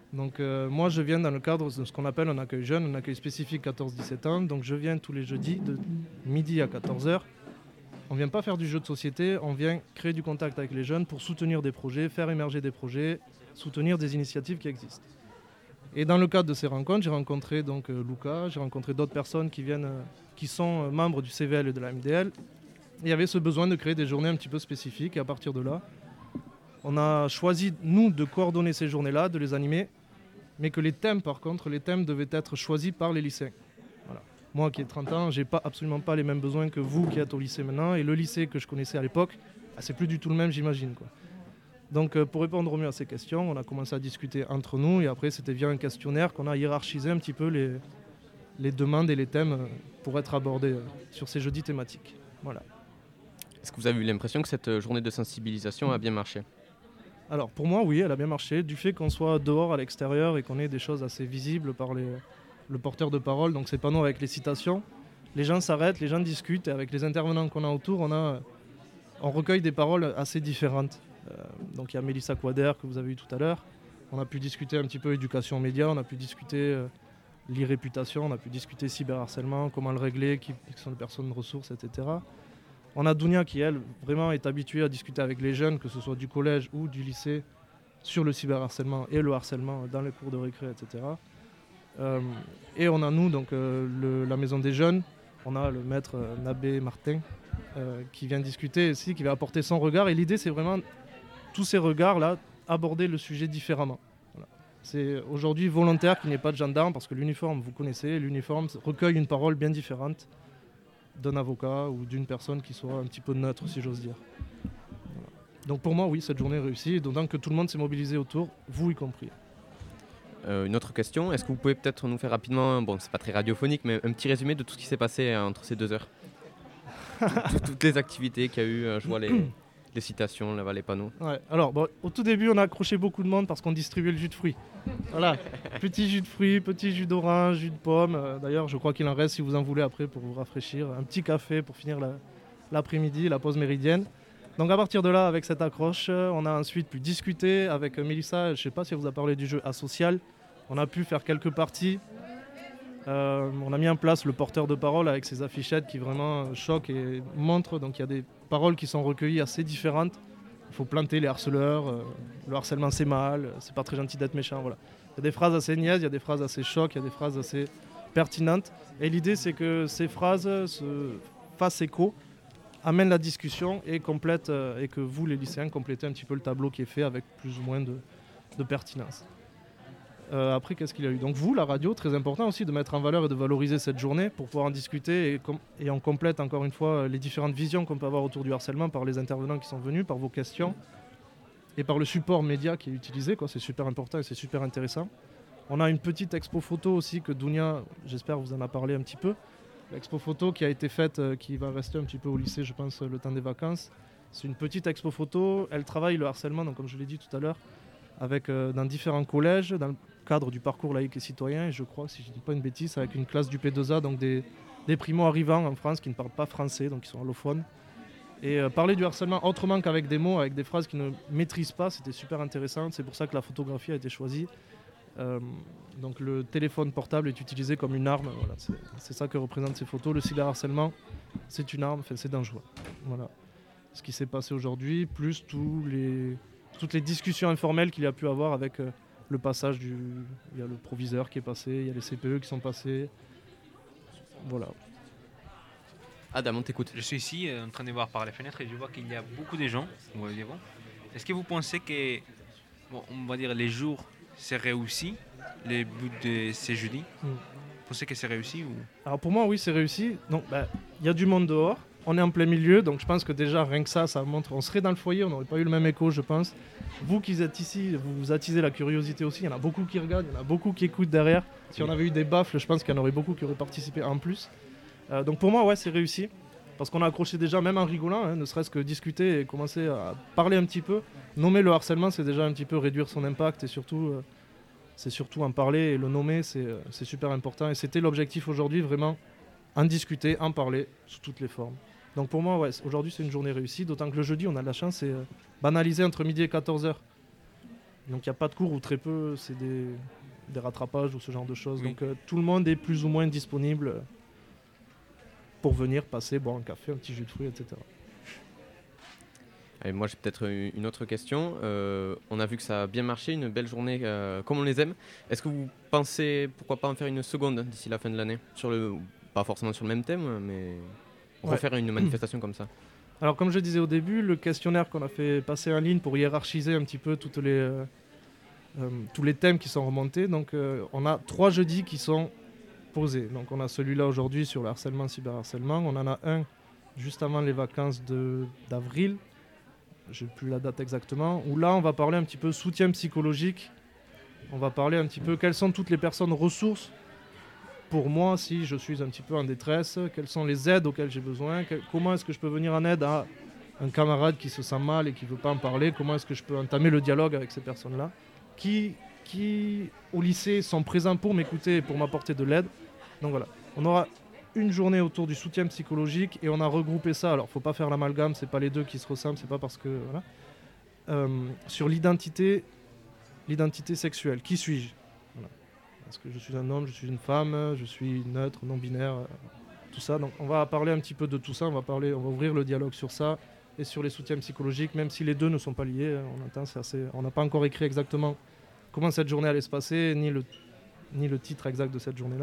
Donc euh, moi je viens dans le cadre de ce qu'on appelle un accueil jeune, un accueil spécifique quatorze dix-sept ans. Donc je viens tous les jeudis de midi à quatorze heures. On ne vient pas faire du jeu de société, on vient créer du contact avec les jeunes pour soutenir des projets, faire émerger des projets, soutenir des initiatives qui existent. Et dans le cadre de ces rencontres, j'ai rencontré donc euh, Luca, j'ai rencontré d'autres personnes qui, viennent, euh, qui sont euh, membres du C V L et de la M D L. Et il y avait ce besoin de créer des journées un petit peu spécifiques. Et à partir de là, on a choisi, nous, de coordonner ces journées-là, de les animer, mais que les thèmes, par contre, les thèmes devaient être choisis par les lycéens. Voilà. Moi qui ai trente ans, je n'ai pas, absolument pas les mêmes besoins que vous qui êtes au lycée maintenant. Et le lycée que je connaissais à l'époque, ah, c'est plus du tout le même, j'imagine, quoi. Donc euh, pour répondre au mieux à ces questions, on a commencé à discuter entre nous et après c'était via un questionnaire qu'on a hiérarchisé un petit peu les, les demandes et les thèmes euh, pour être abordés euh, sur ces jeudis thématiques. Voilà.
Est-ce que vous avez eu l'impression que cette journée de sensibilisation a bien marché ?
Alors pour moi oui, elle a bien marché, du fait qu'on soit dehors à l'extérieur et qu'on ait des choses assez visibles par les, le porteur de parole, donc ces panneaux avec les citations, les gens s'arrêtent, les gens discutent et avec les intervenants qu'on a autour, on, a, on recueille des paroles assez différentes. Euh, donc il y a Mélissa Quader que vous avez eu tout à l'heure. On a pu discuter un petit peu éducation média, on a pu discuter euh, l'irréputation, on a pu discuter cyberharcèlement, comment le régler, qui, qui sont les personnes ressources, et cetera. On a Dounia qui, elle, vraiment est habituée à discuter avec les jeunes, que ce soit du collège ou du lycée, sur le cyberharcèlement et le harcèlement dans les cours de récré, et cetera. Euh, et on a nous, donc euh, le, la maison des jeunes, on a le maître euh, Nabé Martin euh, qui vient discuter ici, qui va apporter son regard. Et l'idée, c'est vraiment tous ces regards-là, aborder le sujet différemment. Voilà. C'est aujourd'hui volontaire qu'il n'y ait pas de gendarme, parce que l'uniforme, vous connaissez, l'uniforme recueille une parole bien différente d'un avocat ou d'une personne qui soit un petit peu neutre, si j'ose dire. Voilà. Donc pour moi, oui, cette journée est réussie, d'autant que tout le monde s'est mobilisé autour, vous y compris.
Euh, une autre question, est-ce que vous pouvez peut-être nous faire rapidement, bon c'est pas très radiophonique, mais un petit résumé de tout ce qui s'est passé euh, entre ces deux heures. Toutes, toutes les activités qu'il y a eu, euh, je vois les... les citations, là-bas, les panneaux.
Ouais. Alors, bon, au tout début, on a accroché beaucoup de monde parce qu'on distribuait le jus de fruits. Voilà, petit jus de fruits, petit jus d'orange, jus de pomme. Euh, d'ailleurs, je crois qu'il en reste si vous en voulez après pour vous rafraîchir. Un petit café pour finir la, l'après-midi, la pause méridienne. Donc à partir de là, avec cette accroche, euh, on a ensuite pu discuter avec euh, Mélissa. Je ne sais pas si elle vous a parlé du jeu asocial. On a pu faire quelques parties. Euh, on a mis en place le porteur de parole avec ses affichettes qui vraiment choquent et montrent. Donc il y a des paroles qui sont recueillies assez différentes. Il faut planter les harceleurs, euh, le harcèlement c'est mal, c'est pas très gentil d'être méchant. Voilà. Il y a des phrases assez niaises, il y a des phrases assez chocs, il y a des phrases assez pertinentes. Et l'idée c'est que ces phrases se fassent écho, amènent la discussion et, complètent, euh, et que vous les lycéens complétez un petit peu le tableau qui est fait avec plus ou moins de, de pertinence. Euh, après, qu'est-ce qu'il y a eu ? Donc vous, la radio, très important aussi de mettre en valeur et de valoriser cette journée pour pouvoir en discuter et, com- et on complète encore une fois les différentes visions qu'on peut avoir autour du harcèlement par les intervenants qui sont venus, par vos questions et par le support média qui est utilisé, quoi. C'est super important et c'est super intéressant. On a une petite expo photo aussi que Dounia, j'espère vous en a parlé un petit peu. L'expo photo qui a été faite, euh, qui va rester un petit peu au lycée, je pense, le temps des vacances. C'est une petite expo photo, elle travaille le harcèlement, donc comme je l'ai dit tout à l'heure, avec, euh, dans différents collèges, dans le cadre du parcours laïque et citoyen, et je crois, si je ne dis pas une bêtise, avec une classe du P deux A, donc des, des primo-arrivants en France qui ne parlent pas français, donc qui sont allophones. Et euh, parler du harcèlement autrement qu'avec des mots, avec des phrases qu'ils ne maîtrisent pas, c'était super intéressant. C'est pour ça que la photographie a été choisie. Euh, donc le téléphone portable est utilisé comme une arme. Voilà, c'est, c'est ça que représentent ces photos. Le cyberharcèlement, c'est une arme, c'est dangereux. Voilà ce qui s'est passé aujourd'hui, plus tous les, toutes les discussions informelles qu'il y a pu avoir avec... Euh, le passage du... Il y a le proviseur qui est passé, il y a les C P E qui sont passés. Voilà.
Adam, on t'écoute.
Je suis ici euh, en train de voir par les fenêtres et je vois qu'il y a beaucoup de gens. Ouais, bon. Est-ce que vous pensez que, bon, on va dire, les jours, c'est réussi, les buts de ces jeudis mm. Vous pensez que c'est réussi ou... Alors
pour moi, oui, c'est réussi. Donc, bah, y a du monde dehors. On est en plein milieu, donc je pense que déjà, rien que ça, ça montre... On serait dans le foyer, on n'aurait pas eu le même écho, je pense. Vous qui êtes ici, vous, vous attisez la curiosité aussi. Il y en a beaucoup qui regardent, il y en a beaucoup qui écoutent derrière. Si on avait eu des baffles, je pense qu'il y en aurait beaucoup qui auraient participé en plus. Euh, donc pour moi, ouais, c'est réussi. Parce qu'on a accroché déjà, même en rigolant, hein, ne serait-ce que discuter et commencer à parler un petit peu. Nommer le harcèlement, c'est déjà un petit peu réduire son impact et surtout, euh, c'est surtout en parler. Et le nommer, c'est, euh, c'est super important. Et c'était l'objectif aujourd'hui, vraiment, en discuter, en parler, sous toutes les formes. Donc pour moi, ouais, aujourd'hui c'est une journée réussie, d'autant que le jeudi on a de la chance, c'est euh, banalisé entre midi et quatorze heures. Donc il n'y a pas de cours ou très peu, c'est des, des rattrapages ou ce genre de choses.
Oui.
Donc euh, tout le monde est plus ou moins disponible pour venir passer, boire un café, un petit jus de fruits, et cetera.
Allez, moi j'ai peut-être une autre question. Euh, on a vu que ça a bien marché, une belle journée euh, comme on les aime. Est-ce que vous pensez pourquoi pas en faire une seconde d'ici la fin de l'année sur le, pas forcément sur le même thème, mais
Ouais.
refaire une manifestation comme ça?
Alors comme je disais au début, le questionnaire qu'on a fait passer en ligne pour hiérarchiser un petit peu toutes les, euh, euh, tous les thèmes qui sont remontés, donc euh, on a trois jeudis qui sont posés. Donc on a celui-là aujourd'hui sur le harcèlement, cyberharcèlement. On en a un juste avant les vacances de, d'avril, je n'ai plus la date exactement, où là on va parler un petit peu soutien psychologique. On va parler un petit peu quelles sont toutes les personnes ressources pour moi si je suis un petit peu en détresse, quelles sont les aides auxquelles j'ai besoin, que- comment est-ce que je peux venir en aide à un camarade qui se sent mal et qui ne veut pas en parler, comment est-ce que je peux entamer le dialogue avec ces personnes-là, qui, qui au lycée sont présents pour m'écouter et pour m'apporter de l'aide. Donc voilà, on aura une journée autour du soutien psychologique et on a regroupé ça, alors il ne faut pas faire l'amalgame, c'est pas les deux qui se ressemblent, c'est pas parce que... Voilà. Euh, sur l'identité, l'identité sexuelle, qui suis-je? Voilà. Est-ce que je suis un homme, je suis une femme, je suis neutre, non-binaire, euh, tout ça. Donc on va parler un petit peu de tout ça, on va, parler, on va ouvrir le dialogue sur ça et sur les soutiens psychologiques, même si les deux ne sont pas liés. On entend, c'est assez... on n'a pas encore écrit exactement comment cette journée allait se passer, ni le, ni le titre exact de cette journée-là.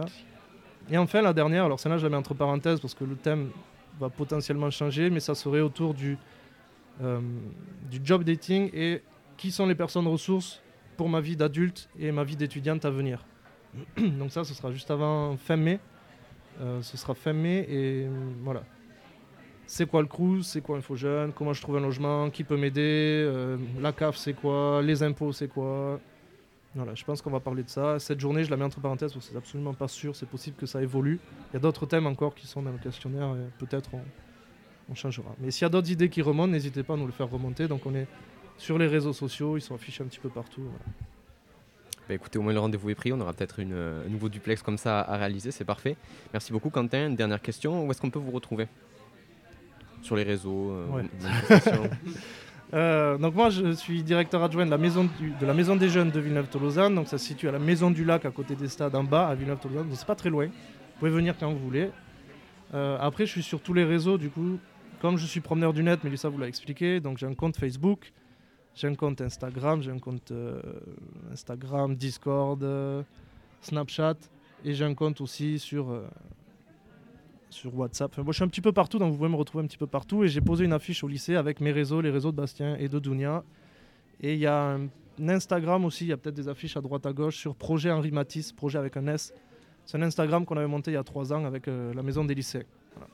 Et enfin la dernière, alors celle-là je la mets entre parenthèses parce que le thème va potentiellement changer, mais ça serait autour du, euh, du job dating et qui sont les personnes ressources pour ma vie d'adulte et ma vie d'étudiante à venir. Donc ça, ce sera juste avant fin mai. Euh, ce sera fin mai et euh, voilà. C'est quoi le Crous, c'est quoi Info Jeune, comment je trouve un logement, qui peut m'aider, euh, la C A F c'est quoi, les impôts c'est quoi. Voilà, je pense qu'on va parler de ça. Cette journée, je la mets entre parenthèses parce que c'est absolument pas sûr, c'est possible que ça évolue. Il y a d'autres thèmes encore qui sont dans le questionnaire et peut-être on, on changera. Mais s'il y a d'autres idées qui remontent, n'hésitez pas à nous le faire remonter. Donc on est sur les réseaux sociaux, ils sont affichés un petit peu partout. Voilà.
Bah écoutez, au moins le rendez-vous est pris, on aura peut-être une, euh, un nouveau duplex comme ça à réaliser, c'est parfait. Merci beaucoup Quentin. Une dernière question, où est-ce qu'on peut vous retrouver? Sur les réseaux euh,
Ouais.
manifestations.
Euh, donc moi je suis directeur adjoint de la maison, du- de la maison des jeunes de Villeneuve-Tolosane, donc ça se situe à la maison du lac à côté des stades en bas à Villeneuve-Tolosane, donc c'est pas très loin, vous pouvez venir quand vous voulez. Euh, après je suis sur tous les réseaux du coup, comme je suis promeneur du net, Mélissa vous l'a expliqué, donc j'ai un compte Facebook, j'ai un compte Instagram, j'ai un compte euh, Instagram, Discord, euh, Snapchat et j'ai un compte aussi sur... euh, sur WhatsApp. Enfin, moi, je suis un petit peu partout, donc vous pouvez me retrouver un petit peu partout. Et j'ai posé une affiche au lycée avec mes réseaux, les réseaux de Bastien et de Dounia. Et il y a un, un Instagram aussi, il y a peut-être des affiches à droite à gauche sur Projet Henri Matisse, projet avec un S. C'est un Instagram qu'on avait monté il y a trois ans avec euh, la maison des lycées. Voilà.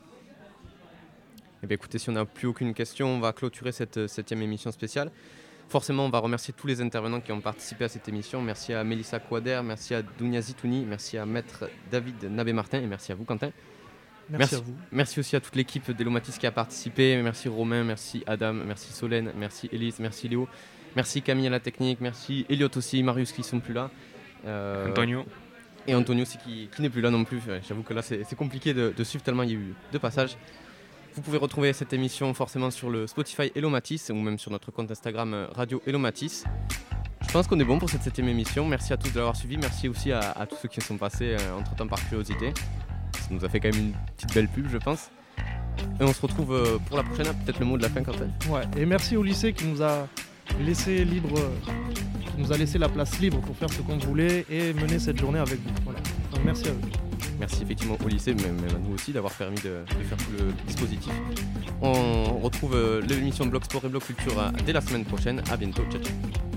Eh bien, écoutez, si on n'a plus aucune question, on va clôturer cette euh, septième émission spéciale. Forcément, on va remercier tous les intervenants qui ont participé à cette émission. Merci à Mélissa Quader, merci à Dounia Zitouni, merci à Maître David Nabé-Martin et merci à vous Quentin.
Merci à vous.
Merci aussi à toute l'équipe d'Hello Matisse qui a participé. Merci Romain, merci Adam, merci Solène, merci Élise, merci Léo, merci Camille à la technique, merci Elliot aussi, Marius qui ne sont plus là. Euh,
Antonio.
Et Antonio aussi qui, qui n'est plus là non plus. Ouais, j'avoue que là c'est c'est compliqué de, de suivre tellement il y a eu deux passages. Vous pouvez retrouver cette émission forcément sur le Spotify Hello Matisse ou même sur notre compte Instagram euh, Radio Hello Matisse. Je pense qu'on est bon pour cette septième émission. Merci à tous de l'avoir suivi. Merci aussi à, à tous ceux qui sont passés euh, entre-temps par curiosité. Ça nous a fait quand même une petite belle pub, je pense. Et on se retrouve euh, pour la prochaine. Peut-être le mot de la fin, Quentin.
Ouais, et merci au lycée qui nous a laissé libre, qui nous a laissé la place libre pour faire ce qu'on voulait et mener cette journée avec vous. Voilà. Donc merci à eux.
Merci effectivement au lycée, mais même à nous aussi d'avoir permis de, de faire tout le dispositif. On retrouve euh, l'émission Blog Sport et Blog Culture euh, dès la semaine prochaine. À bientôt. Ciao, ciao.